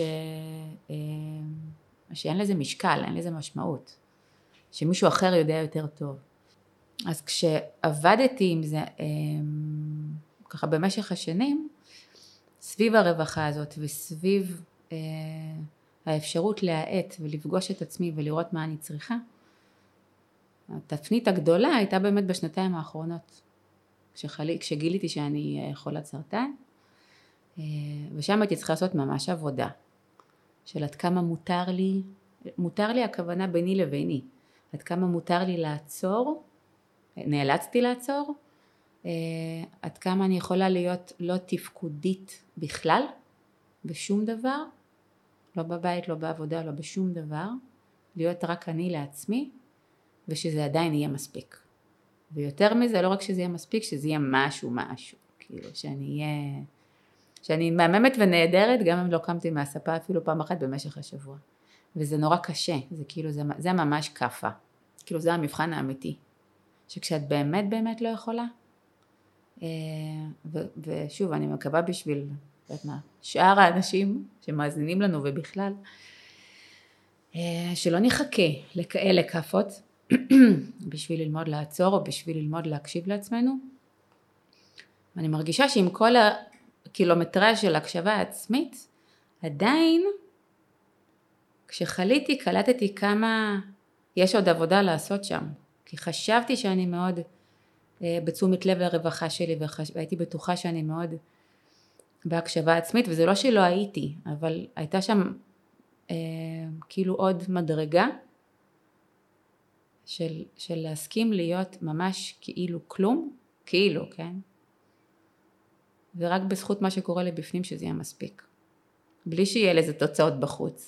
שאין לזה משקל, אין לזה משמעות, שמישהו אחר יודע יותר טוב. אז כשעבדתי עם זה, ככה במשך השנים, סביב הרווחה הזאת וסביב האפשרות להעט ולפגוש את עצמי ולראות מה אני צריכה, התפנית הגדולה הייתה באמת בשנתיים האחרונות, כשחלי, כשגיליתי שאני חולת סרטן, ושם הייתי צריכה לעשות ממש עבודה, של עד כמה מותר לי, מותר לי הכוונה ביני לביני, עד כמה מותר לי לעצור, נאלצתי לעצור, עד כמה אני יכולה להיות לא תפקודית בכלל, בשום דבר, לא בבית, לא בעבודה, לא בשום דבר, להיות רק אני לעצמי, ושזה עדיין יהיה מספיק. ויותר מזה, לא רק שזה יהיה מספיק, שזה יהיה משהו משהו, כאילו שאני אהיה, שאני מהממת ונהדרת, גם אם לא קמתי מהספה אפילו פעם אחת במשך השבוע. וזה נורא קשה, זה כאילו, זה, זה ממש קפה. כאילו זה המבחן האמיתי. שכשאת באמת באמת לא יכולה, ו, ושוב, אני מקווה בשביל, יודעת מה, שאר האנשים שמאזינים לנו ובכלל, שלא נחכה לכאלה קפות, בשביל ללמוד לעצור או בשביל ללמוד להקשיב לעצמנו. ואני מרגישה שעם כל הקילומטרז' של הקשבה עצמית, עדיין כשחליתי קלטתי כמה יש עוד עבודה לעשות שם. כי חשבתי שאני מאוד בתשומת לב לרווחה שלי, והייתי בטוחה שאני מאוד בהקשבה עצמית, וזה לא שלא הייתי, אבל הייתה שם אה, כאילו עוד מדרגה, של, של להסכים להיות ממש כאילו כלום, כאילו, כן? ורק בזכות מה שקורה לי בפנים שזה יהיה מספיק. בלי שיהיה לזה תוצאות בחוץ.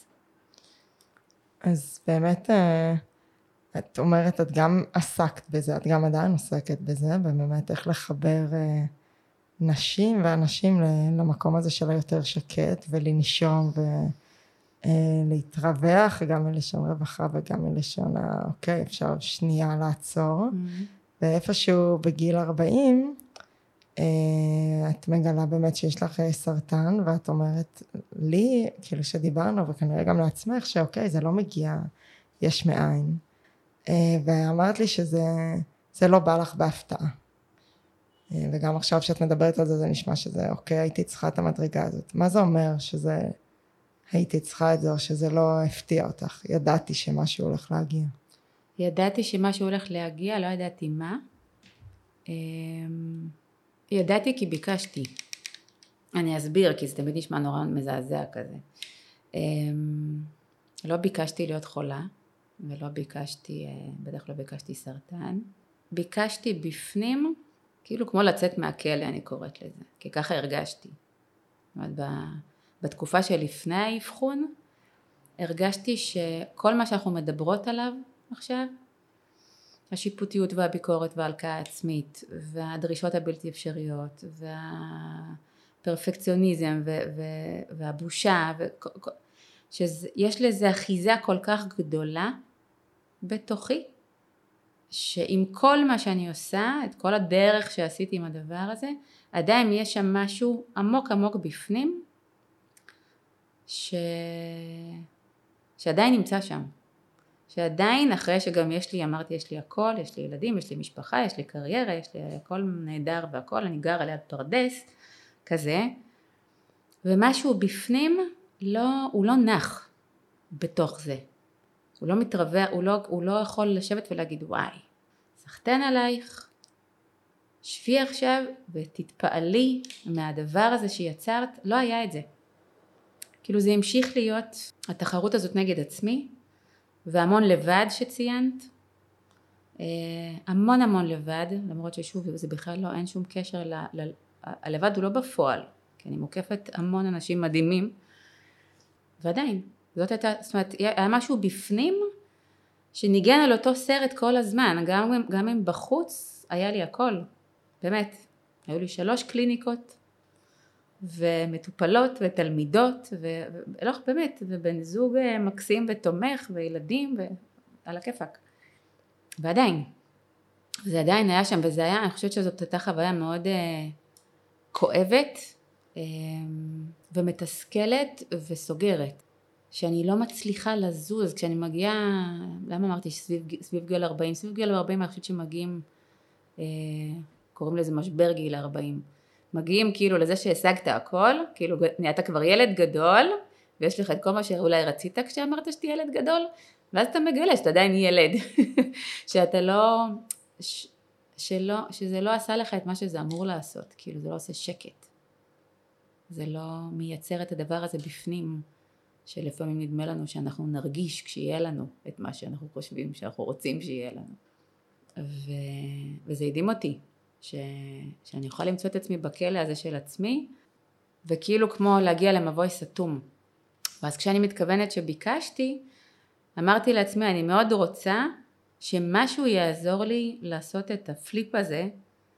אז באמת, את אומרת, את גם עסקת בזה, את גם עדיין עוסקת בזה, ובאמת איך לחבר נשים ואנשים למקום הזה של היותר שקט, ולנשום ולהתרווח, גם מלשון רווחה וגם מלשון, אוקיי, אפשר שנייה לעצור, mm-hmm. ואיפשהו בגיל ארבעים, את מגלה באמת שיש לך סרטן, ואת אומרת לי, כאילו שדיברנו, וכנראה גם לעצמך, שאוקיי, זה לא מגיע יש מאין. ואמרת לי שזה זה לא בא לך בהפתעה. וגם עכשיו שאת מדברת על זה, זה נשמע שזה, אוקיי, הייתי צריכה את המדרגה הזאת. מה זה אומר שזה, הייתי צריכה את זה, או שזה לא הפתיע אותך? ידעתי שמשהו הולך להגיע. ידעתי שמשהו הולך להגיע, לא ידעתי מה. ידעתי כי ביקשתי. אני אסביר, כי זה תמיד נשמע נורא מזעזע כזה. לא ביקשתי להיות חולה, ולא ביקשתי, בדרך לא ביקשתי סרטן. ביקשתי בפנים, כאילו כמו לצאת מהכלא, אני קוראת לזה, כי ככה הרגשתי. זאת אומרת, בתקופה שלפני האבחון, הרגשתי שכל מה שאנחנו מדברות עליו עכשיו, השיפוטיות והביקורת וההלקאה העצמית, והדרישות הבלתי אפשריות, והפרפקציוניזם והבושה, שיש לזה אחיזה כל כך גדולה בתוכי, שעם כל מה שאני עושה, את כל הדרך שעשיתי עם הדבר הזה, עדיין יש שם משהו עמוק עמוק בפנים, ש... שעדיין נמצא שם. שעדיין אחרי שגם יש לי, אמרתי, יש לי הכל, יש לי ילדים, יש לי משפחה, יש לי קריירה, יש לי הכל נהדר והכל, אני גרה ליד פרדס, כזה, ומשהו בפנים, לא, הוא לא נח בתוך זה. הוא לא מתרווח, הוא לא, הוא לא יכול לשבת ולהגיד, וואי, סחטן עלייך, שבי עכשיו ותתפעלי מהדבר הזה שיצרת, לא היה את זה. כאילו זה המשיך להיות התחרות הזאת נגד עצמי, והמון לבד שציינת, המון המון לבד, למרות ששוב זה בכלל לא, אין שום קשר, ל, ל, הלבד הוא לא בפועל, כי אני מוקפת המון אנשים מדהימים, ועדיין, זאת הייתה, זאת אומרת, היה משהו בפנים, שניגן על אותו סרט כל הזמן, גם, גם אם בחוץ היה לי הכל, באמת, היו לי שלוש קליניקות, ומטופלות ותלמידות, ולא באמת, ובן זוג מקסים ותומך, וילדים, ועל הכיפק. ועדיין, זה עדיין היה שם, וזה היה, אני חושבת שזאת הייתה חוויה מאוד uh, כואבת, uh, ומתסכלת וסוגרת, שאני לא מצליחה לזוז, כשאני מגיעה, למה אמרתי שסביב סביב גיל ארבעים, סביב גיל ארבעים אני חושבת שמגיעים, uh, קוראים לזה משבר גיל ארבעים, מגיעים כאילו לזה שהשגת הכל, כאילו נהיית כבר ילד גדול, ויש לך את כל מה שאולי רצית כשאמרת שתהיה ילד גדול, ואז אתה מגלה שאתה עדיין ילד, שאתה לא, ש, שלא, שזה לא עשה לך את מה שזה אמור לעשות, כאילו זה לא עושה שקט, זה לא מייצר את הדבר הזה בפנים, שלפעמים נדמה לנו שאנחנו נרגיש כשיהיה לנו את מה שאנחנו חושבים שאנחנו רוצים שיהיה לנו, ו, וזה הדהים אותי, ש, שאני יכולה למצוא את עצמי בכלא הזה של עצמי, וכאילו כמו להגיע למבוי סתום, ואז כשאני מתכוונת שביקשתי, אמרתי לעצמי, אני מאוד רוצה שמשהו יעזור לי לעשות את הפליפ הזה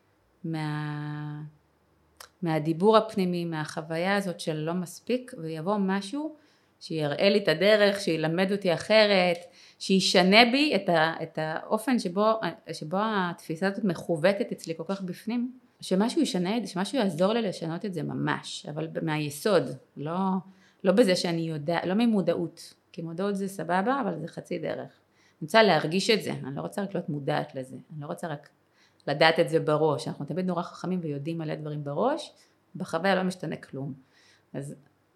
מה, מהדיבור הפנימי, מהחוויה הזאת של לא מספיק, ויבוא משהו שיראה לי את הדרך, שילמד אותי אחרת, שישנה בי את, ה, את האופן שבו, שבו התפיסה הזאת מכוותת אצלי כל כך בפנים, שמשהו ישנה את זה, שמשהו יעזור לי לשנות את זה ממש, אבל מהיסוד, לא, לא בזה שאני יודע, לא ממודעות. כי מודעות זה סבבה, אבל זה חצי דרך. אני רוצה להרגיש את זה, אני לא רוצה רק להיות מודעת לזה, אני לא רוצה רק לדעת את זה בראש, אנחנו תמיד נורא חכמים ויודעים מלא דברים בראש, בחוויה לא משתנה כלום. אז,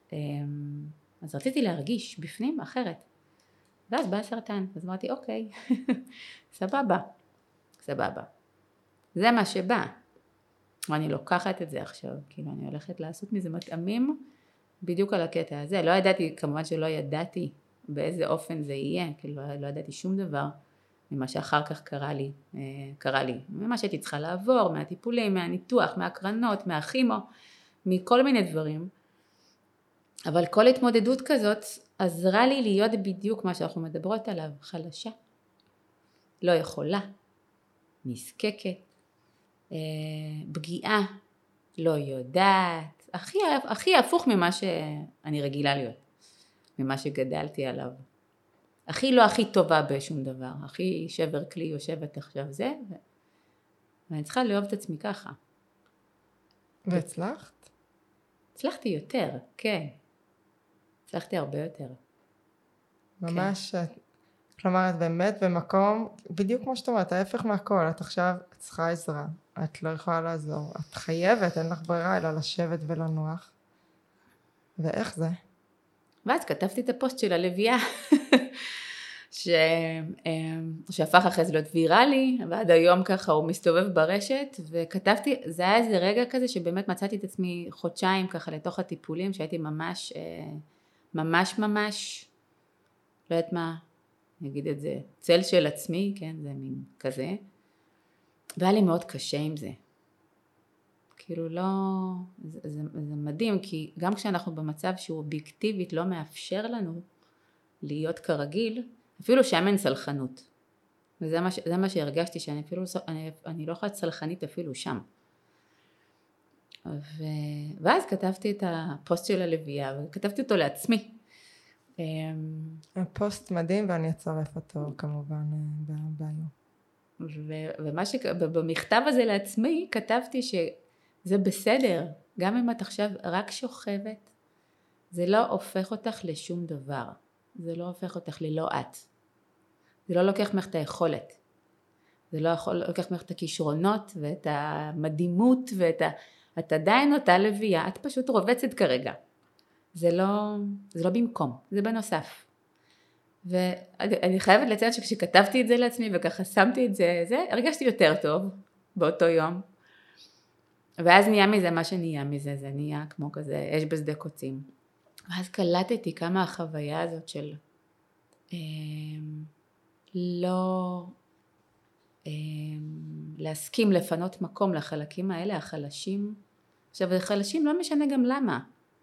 אז רציתי להרגיש בפנים אחרת. ואז בא הסרטן, אז אמרתי אוקיי, סבבה, סבבה. זה מה שבא. ואני לוקחת את זה עכשיו, כאילו אני הולכת לעשות מזה מטעמים, בדיוק על הקטע הזה. לא ידעתי, כמובן שלא ידעתי באיזה אופן זה יהיה, כאילו לא ידעתי שום דבר ממה שאחר כך קרה לי, קרה לי, ממה שהייתי צריכה לעבור, מהטיפולים, מהניתוח, מהקרנות, מהכימו, מכל מיני דברים. אבל כל התמודדות כזאת עזרה לי להיות בדיוק מה שאנחנו מדברות עליו, חלשה, לא יכולה, נזקקת, פגיעה, לא יודעת, הכי, הכי הפוך ממה שאני רגילה להיות, ממה שגדלתי עליו. הכי לא הכי טובה בשום דבר, הכי שבר כלי יושבת עכשיו זה, ו... ואני צריכה לאהוב את עצמי ככה. והצלחת? הצלחתי יותר, כן. הצלחתי הרבה יותר. ממש, כן. כלומר, את באמת במקום, בדיוק כמו שאת אומרת, ההפך מהכל, את עכשיו צריכה עזרה, את לא יכולה לעזור, את חייבת, אין לך ברירה, אלא לשבת ולנוח. ואיך זה? ואז כתבתי את הפוסט של הלוויה, ש... שהפך אחרי זה להיות ויראלי, ועד היום ככה הוא מסתובב ברשת, וכתבתי, זה היה איזה רגע כזה שבאמת מצאתי את עצמי חודשיים ככה לתוך הטיפולים, שהייתי ממש, ממש ממש, לא יודעת מה, אני אגיד את זה, צל של עצמי, כן, זה מין כזה, והיה לי מאוד קשה עם זה. כאילו לא, זה, זה, זה מדהים, כי גם כשאנחנו במצב שהוא אובייקטיבית לא מאפשר לנו להיות כרגיל, אפילו שם אין סלחנות. וזה מה, זה מה שהרגשתי, שאני אפילו, אני, אני לא יכולה סלחנית אפילו שם. ו, ואז כתבתי את הפוסט של הלוויה, וכתבתי אותו לעצמי. הפוסט מדהים, ואני אצרף אותו כמובן ביום. ומה שבמכתב הזה לעצמי כתבתי שזה בסדר, גם אם את עכשיו רק שוכבת, זה לא הופך אותך לשום דבר, זה לא הופך אותך ללא את, זה לא לוקח ממך את היכולת, זה לא יכול, לוקח ממך את הכישרונות ואת המדהימות ואת ה... את עדיין אותה לוויה, את פשוט רובצת כרגע, זה לא, זה לא במקום, זה בנוסף. ואני חייבת לציין שכשכתבתי את זה לעצמי וככה שמתי את זה, זה הרגשתי יותר טוב באותו יום. ואז נהיה מזה מה שנהיה מזה, זה נהיה כמו כזה אש בשדה קוצים. ואז קלטתי כמה החוויה הזאת של אה, לא אה, להסכים לפנות מקום לחלקים האלה, החלשים. עכשיו החלשים לא משנה גם למה.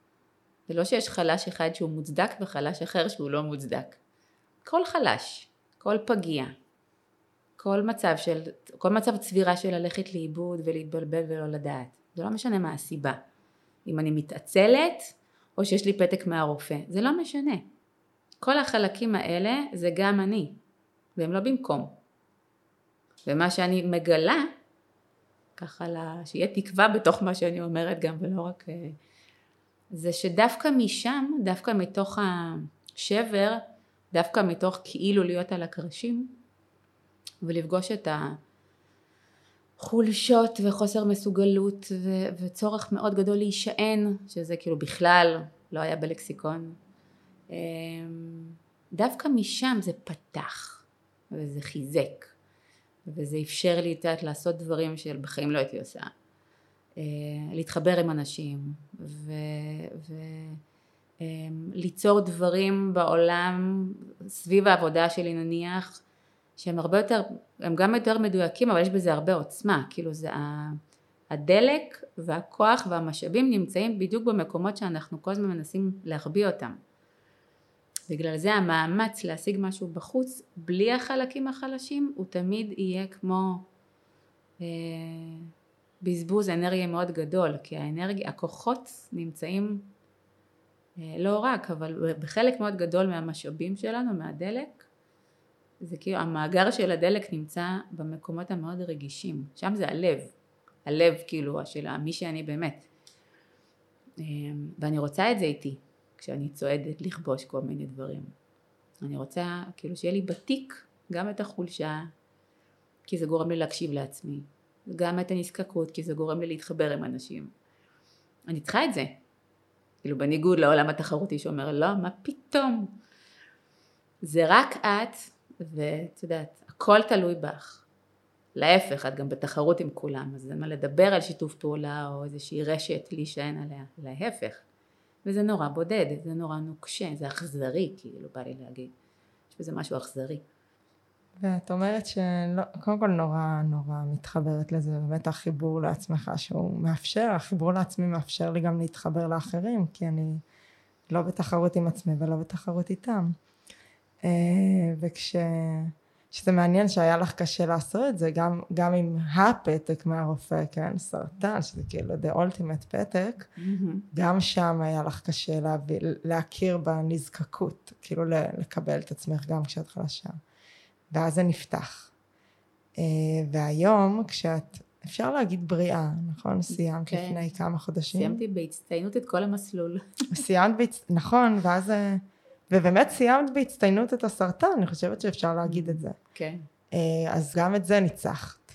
זה לא שיש חלש אחד שהוא מוצדק וחלש אחר שהוא לא מוצדק. כל חלש, כל פגיעה, כל מצב של, כל מצב צבירה של ללכת לאיבוד ולהתבלבל ולא לדעת. זה לא משנה מה הסיבה. אם אני מתעצלת או שיש לי פתק מהרופא, זה לא משנה. כל החלקים האלה זה גם אני, והם לא במקום. ומה שאני מגלה, ככה לה, שיהיה תקווה בתוך מה שאני אומרת גם, ולא רק, זה שדווקא משם, דווקא מתוך השבר, דווקא מתוך כאילו להיות על הקרשים, ולפגוש את החולשות וחוסר מסוגלות ו- וצורך מאוד גדול להישען, שזה כאילו בכלל לא היה בלקסיקון. דווקא משם זה פתח וזה חיזק וזה אפשר לי לתת לעשות דברים שבחיים לא הייתי עושה. להתחבר עם אנשים וליצור דברים בעולם סביב העבודה שלי נניח, שהם הרבה יותר, הם גם יותר מדויקים, אבל יש בזה הרבה עוצמה, כאילו זה הדלק והכוח והמשאבים נמצאים בדיוק במקומות שאנחנו כל הזמן מנסים להחביא אותם. בגלל זה המאמץ להשיג משהו בחוץ, בלי החלקים החלשים, הוא תמיד יהיה כמו אה, בזבוז אנרגיה מאוד גדול, כי האנרגיה, הכוחות נמצאים אה, לא רק, אבל בחלק מאוד גדול מהמשאבים שלנו, מהדלק, זה כאילו המאגר של הדלק נמצא במקומות המאוד רגישים, שם זה הלב, הלב כאילו של מי שאני באמת, ואני רוצה את זה איתי, כשאני צועדת לכבוש כל מיני דברים, אני רוצה כאילו שיהיה לי בתיק גם את החולשה, כי זה גורם לי להקשיב לעצמי, גם את הנזקקות, כי זה גורם לי להתחבר עם אנשים, אני צריכה את זה, כאילו בניגוד לעולם התחרותי שאומר לא, מה פתאום, זה רק את, ואת יודעת, הכל תלוי בך. להפך, את גם בתחרות עם כולם, אז זה מה לדבר על שיתוף פעולה או איזושהי רשת להישען עליה, להפך. וזה נורא בודד, זה נורא נוקשה, זה אכזרי, כאילו בא לי להגיד. יש בזה משהו אכזרי. ואת אומרת שקודם כל נורא נורא מתחברת לזה, באמת החיבור לעצמך שהוא מאפשר, החיבור לעצמי מאפשר לי גם להתחבר לאחרים, כי אני לא בתחרות עם עצמי ולא בתחרות איתם. וכש... שזה מעניין שהיה לך קשה לעשות את זה, גם, גם עם הפתק מהרופא, כן, סרטן, שזה כאילו the ultimate פתק, mm-hmm. גם שם היה לך קשה להביא, להכיר בנזקקות, כאילו לקבל את עצמך גם כשאת חלשה. ואז זה נפתח. והיום כשאת, אפשר להגיד בריאה, נכון? סיימת okay. לפני כמה חודשים. סיימתי בהצטיינות את כל המסלול. סיימת בהצטיינות, נכון, ואז... ובאמת סיימת בהצטיינות את הסרטן, אני חושבת שאפשר להגיד את זה. כן. אז גם את זה ניצחת.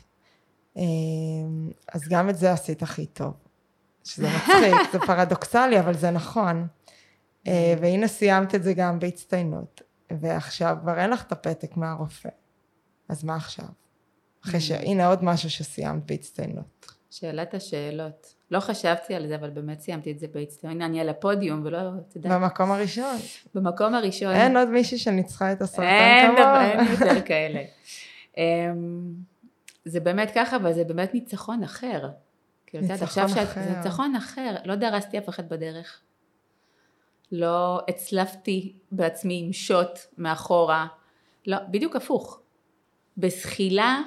אז גם את זה עשית הכי טוב. שזה מצחיק, זה פרדוקסלי, אבל זה נכון. והנה סיימת את זה גם בהצטיינות. ועכשיו כבר אין לך את הפתק מהרופא. אז מה עכשיו? אחרי שהנה עוד משהו שסיימת בהצטיינות. שאלת השאלות. לא חשבתי על זה, אבל באמת סיימתי את זה בהצטיינות. הנה אני על הפודיום ולא, אתה יודע. במקום הראשון. במקום הראשון. אין עוד מישהי שניצחה את הסרטן כמוה. אין יותר כאלה. זה באמת ככה, אבל זה באמת ניצחון אחר. ניצחון אחר. זה ניצחון אחר. לא דרסתי אף אחד בדרך. לא הצלפתי בעצמי עם שוט מאחורה. לא, בדיוק הפוך. בסחילה,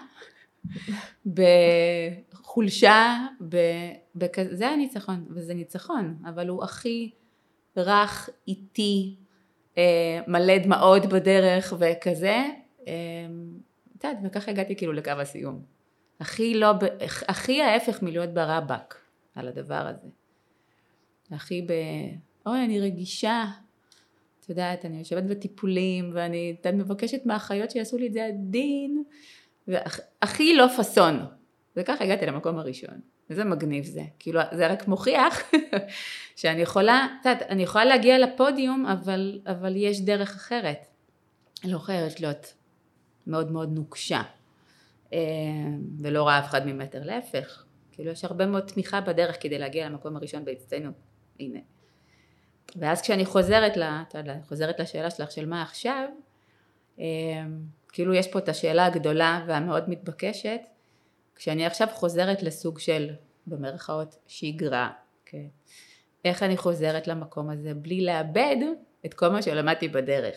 בחולשה, בכזה, זה הניצחון, וזה ניצחון, אבל הוא הכי רך, איטי, מלא דמעות בדרך וכזה, את יודעת, וככה הגעתי כאילו לקו הסיום. הכי לא, הכי ההפך מלהיות ברבק על הדבר הזה. הכי ב... אוי, אני רגישה, את יודעת, אני יושבת בטיפולים, ואני מבקשת מהאחיות שיעשו לי את זה עדין, והכי לא פסון. וכך הגעתי למקום הראשון. וזה מגניב זה. כאילו, זה רק מוכיח שאני יכולה, את יודעת, אני יכולה להגיע לפודיום, אבל, אבל יש דרך אחרת. לא חייבת להיות מאוד מאוד נוקשה. ולא רואה אף אחד ממטר, להפך. כאילו, יש הרבה מאוד תמיכה בדרך כדי להגיע למקום הראשון בהצטיינות. הנה. ואז כשאני חוזרת, לה, חוזרת לשאלה שלך של מה עכשיו, כאילו יש פה את השאלה הגדולה והמאוד מתבקשת, כשאני עכשיו חוזרת לסוג של, במרכאות, שגרה, כן? איך אני חוזרת למקום הזה בלי לאבד את כל מה שלמדתי בדרך.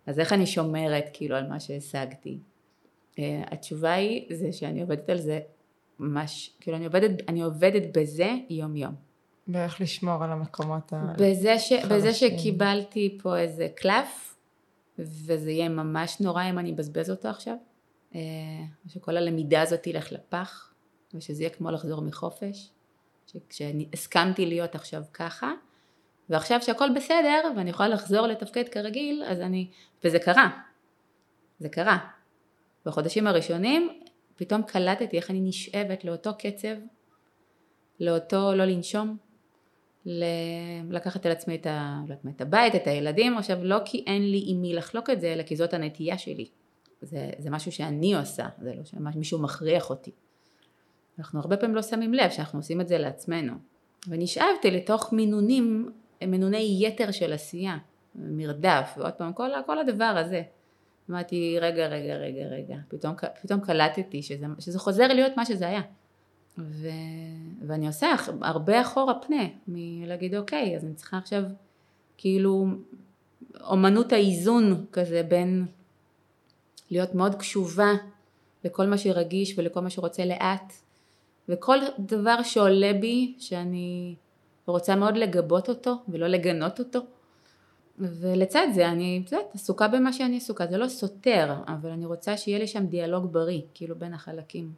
אז איך אני שומרת כאילו על מה שהשגתי? Uh, התשובה היא זה שאני עובדת על זה ממש, כאילו אני עובדת, אני עובדת בזה יום יום. ואיך לשמור על המקומות בזה, ש, החלשים. בזה שקיבלתי פה איזה קלף, וזה יהיה ממש נורא אם אני אבזבז אותו עכשיו, uh, שכל הלמידה הזאת תלך לפח, ושזה יהיה כמו לחזור מחופש, כשאני הסכמתי להיות עכשיו ככה, ועכשיו שהכל בסדר, ואני יכולה לחזור לתפקד כרגיל, אז אני, וזה קרה, זה קרה. בחודשים הראשונים, פתאום קלטתי איך אני נשאבת לאותו קצב, לאותו לא לנשום, לקחת על עצמי את, ה, את הבית, את הילדים, עכשיו לא כי אין לי עם מי לחלוק את זה, אלא כי זאת הנטייה שלי. זה, זה משהו שאני עושה, זה לא שמישהו מכריח אותי. אנחנו הרבה פעמים לא שמים לב שאנחנו עושים את זה לעצמנו. ונשאבתי לתוך מינונים, מינוני יתר של עשייה, מרדף, ועוד פעם, כל, כל הדבר הזה. אמרתי, רגע, רגע, רגע, רגע, פתאום, פתאום קלטתי שזה, שזה חוזר להיות מה שזה היה. ו, ואני עושה הרבה אחורה פנה, מלהגיד, אוקיי, אז אני צריכה עכשיו, כאילו, אומנות האיזון כזה, בין להיות מאוד קשובה, לכל מה שרגיש ולכל מה שרוצה לאט, וכל דבר שעולה בי, שאני רוצה מאוד לגבות אותו, ולא לגנות אותו, ולצד זה אני יודעת, עסוקה במה שאני עסוקה, זה לא סותר, אבל אני רוצה שיהיה לי שם דיאלוג בריא, כאילו בין החלקים.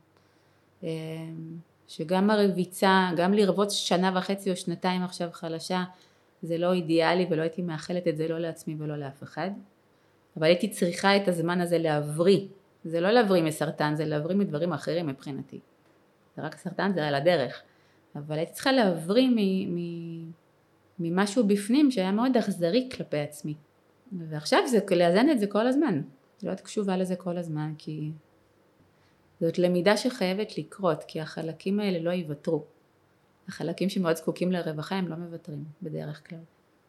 שגם הרביצה, גם לרבוץ שנה וחצי או שנתיים עכשיו חלשה, זה לא אידיאלי ולא הייתי מאחלת את זה לא לעצמי ולא לאף אחד. אבל הייתי צריכה את הזמן הזה להבריא. זה לא להבריא מסרטן, זה להבריא מדברים אחרים מבחינתי. זה רק סרטן, זה על הדרך. אבל הייתי צריכה להבריא מ... מ... ממשהו בפנים שהיה מאוד אכזרי כלפי עצמי. ועכשיו זה לאזן את זה כל הזמן. להיות קשובה לזה כל הזמן, כי זאת למידה שחייבת לקרות, כי החלקים האלה לא יוותרו. החלקים שמאוד זקוקים לרווחה הם לא מוותרים בדרך כלל.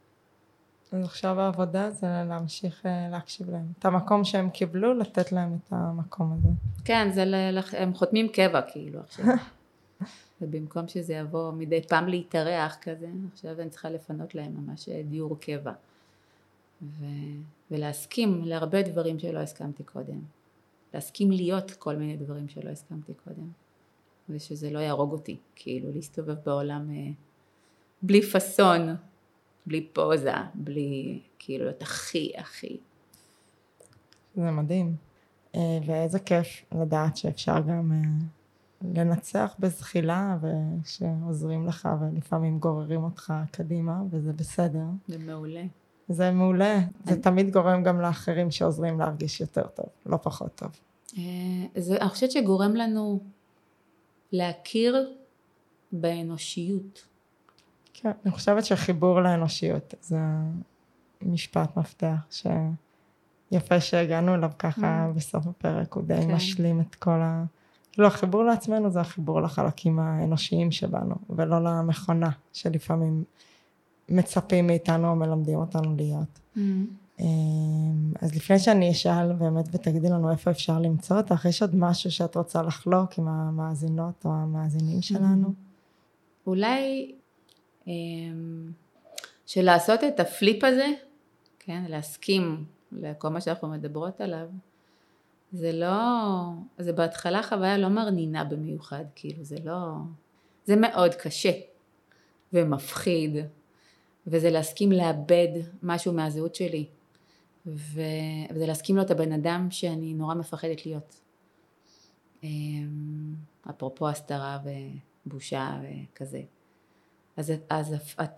אז עכשיו העבודה זה להמשיך להקשיב להם. את המקום שהם קיבלו, לתת להם את המקום הזה. כן, זה ל... הם חותמים קבע כאילו עכשיו. ובמקום שזה יבוא מדי פעם להתארח כזה, עכשיו אני צריכה לפנות להם ממש דיור קבע. ו... ולהסכים להרבה דברים שלא הסכמתי קודם. להסכים להיות כל מיני דברים שלא הסכמתי קודם. ושזה לא יהרוג אותי, כאילו להסתובב בעולם בלי פסון, בלי פוזה, בלי כאילו להיות הכי הכי. זה מדהים. ואיזה כיף לדעת שאפשר גם לנצח בזחילה ושעוזרים לך ולפעמים גוררים אותך קדימה וזה בסדר. זה מעולה. זה מעולה. זה אני... תמיד גורם גם לאחרים שעוזרים להרגיש יותר טוב, לא פחות טוב. זה, אני חושבת שגורם לנו להכיר באנושיות. כן, אני חושבת שחיבור לאנושיות זה משפט מפתח שיפה שהגענו אליו ככה mm. בסוף הפרק, הוא די כן. משלים את כל ה... לא, החיבור לעצמנו זה החיבור לחלקים האנושיים שבנו, ולא למכונה שלפעמים מצפים מאיתנו או מלמדים אותנו להיות. Mm. אז לפני שאני אשאל באמת ותגידי לנו איפה אפשר למצוא אותך, יש עוד משהו שאת רוצה לחלוק עם המאזינות או המאזינים שלנו? אולי שלעשות את הפליפ הזה, כן, להסכים לכל מה שאנחנו מדברות עליו, זה לא, זה בהתחלה חוויה לא מרנינה במיוחד, כאילו זה לא, זה מאוד קשה ומפחיד, וזה להסכים לאבד משהו מהזהות שלי, וזה להסכים לו את הבן אדם שאני נורא מפחדת להיות. אפרופו הסתרה ובושה וכזה. אז, אז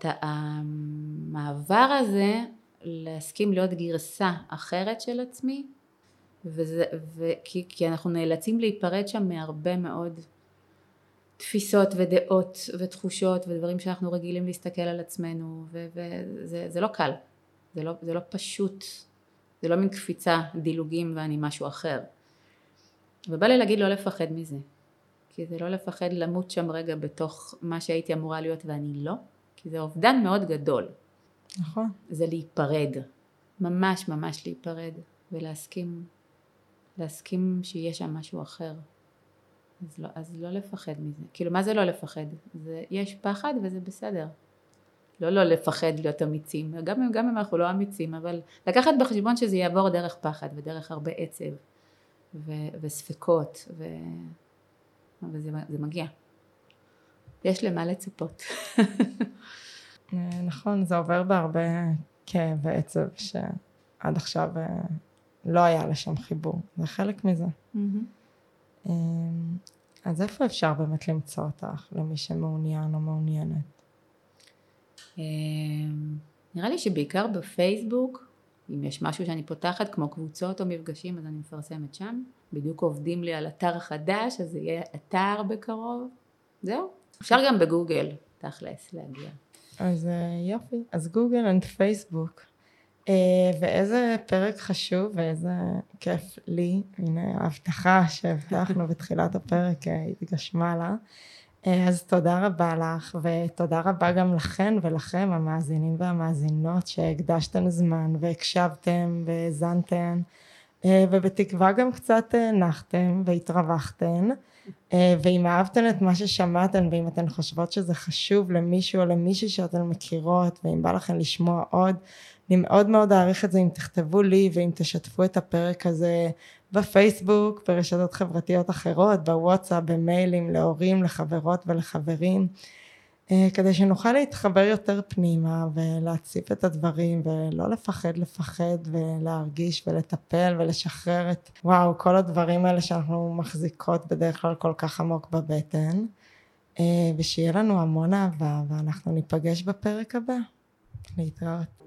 המעבר הזה להסכים להיות גרסה אחרת של עצמי, וזה, וכי, כי אנחנו נאלצים להיפרד שם מהרבה מאוד תפיסות ודעות ותחושות ודברים שאנחנו רגילים להסתכל על עצמנו, וזה זה לא קל, זה לא, זה לא פשוט, זה לא מין קפיצה, דילוגים ואני משהו אחר. ובא לי להגיד לא לפחד מזה, כי זה לא לפחד למות שם רגע בתוך מה שהייתי אמורה להיות ואני לא, כי זה אובדן מאוד גדול. נכון. זה להיפרד, ממש ממש להיפרד, ולהסכים, להסכים שיהיה שם משהו אחר. אז לא, אז לא לפחד מזה. כאילו, מה זה לא לפחד? זה, יש פחד וזה בסדר. לא לא לפחד להיות אמיצים, גם, גם אם אנחנו לא אמיצים, אבל לקחת בחשבון שזה יעבור דרך פחד ודרך הרבה עצב ו, וספקות, ו, וזה זה מגיע. יש למה לצפות. נכון, זה עובר בהרבה כאב ועצב שעד עכשיו לא היה לשם חיבור, זה חלק מזה. Mm-hmm. אז איפה אפשר באמת למצוא אותך למי שמעוניין או מעוניינת? נראה לי שבעיקר בפייסבוק, אם יש משהו שאני פותחת כמו קבוצות או מפגשים, אז אני מפרסמת שם. בדיוק עובדים לי על אתר חדש, אז זה יהיה אתר בקרוב. זהו. אפשר גם בגוגל, תכלס, להגיע. אז יופי, אז גוגל and פייסבוק. ואיזה פרק חשוב ואיזה כיף לי, הנה ההבטחה שהבטחנו בתחילת הפרק התגשמה לה. אז תודה רבה לך, ותודה רבה גם לכן ולכם המאזינים והמאזינות שהקדשתם זמן והקשבתם והזנתם, ובתקווה גם קצת נחתם והתרווחתן, ואם אהבתן את מה ששמעתן, ואם אתן חושבות שזה חשוב למישהו או למישהי שאתן מכירות, ואם בא לכן לשמוע עוד, אני מאוד מאוד אעריך את זה אם תכתבו לי, ואם תשתפו את הפרק הזה בפייסבוק, ברשתות חברתיות אחרות, בוואטסאפ, במיילים, להורים, לחברות ולחברים, כדי שנוכל להתחבר יותר פנימה ולהציף את הדברים ולא לפחד לפחד ולהרגיש ולטפל ולשחרר את וואו כל הדברים האלה שאנחנו מחזיקות בדרך כלל כל כך עמוק בבטן, ושיהיה לנו המון אהבה ואנחנו ניפגש בפרק הבא. להתראות.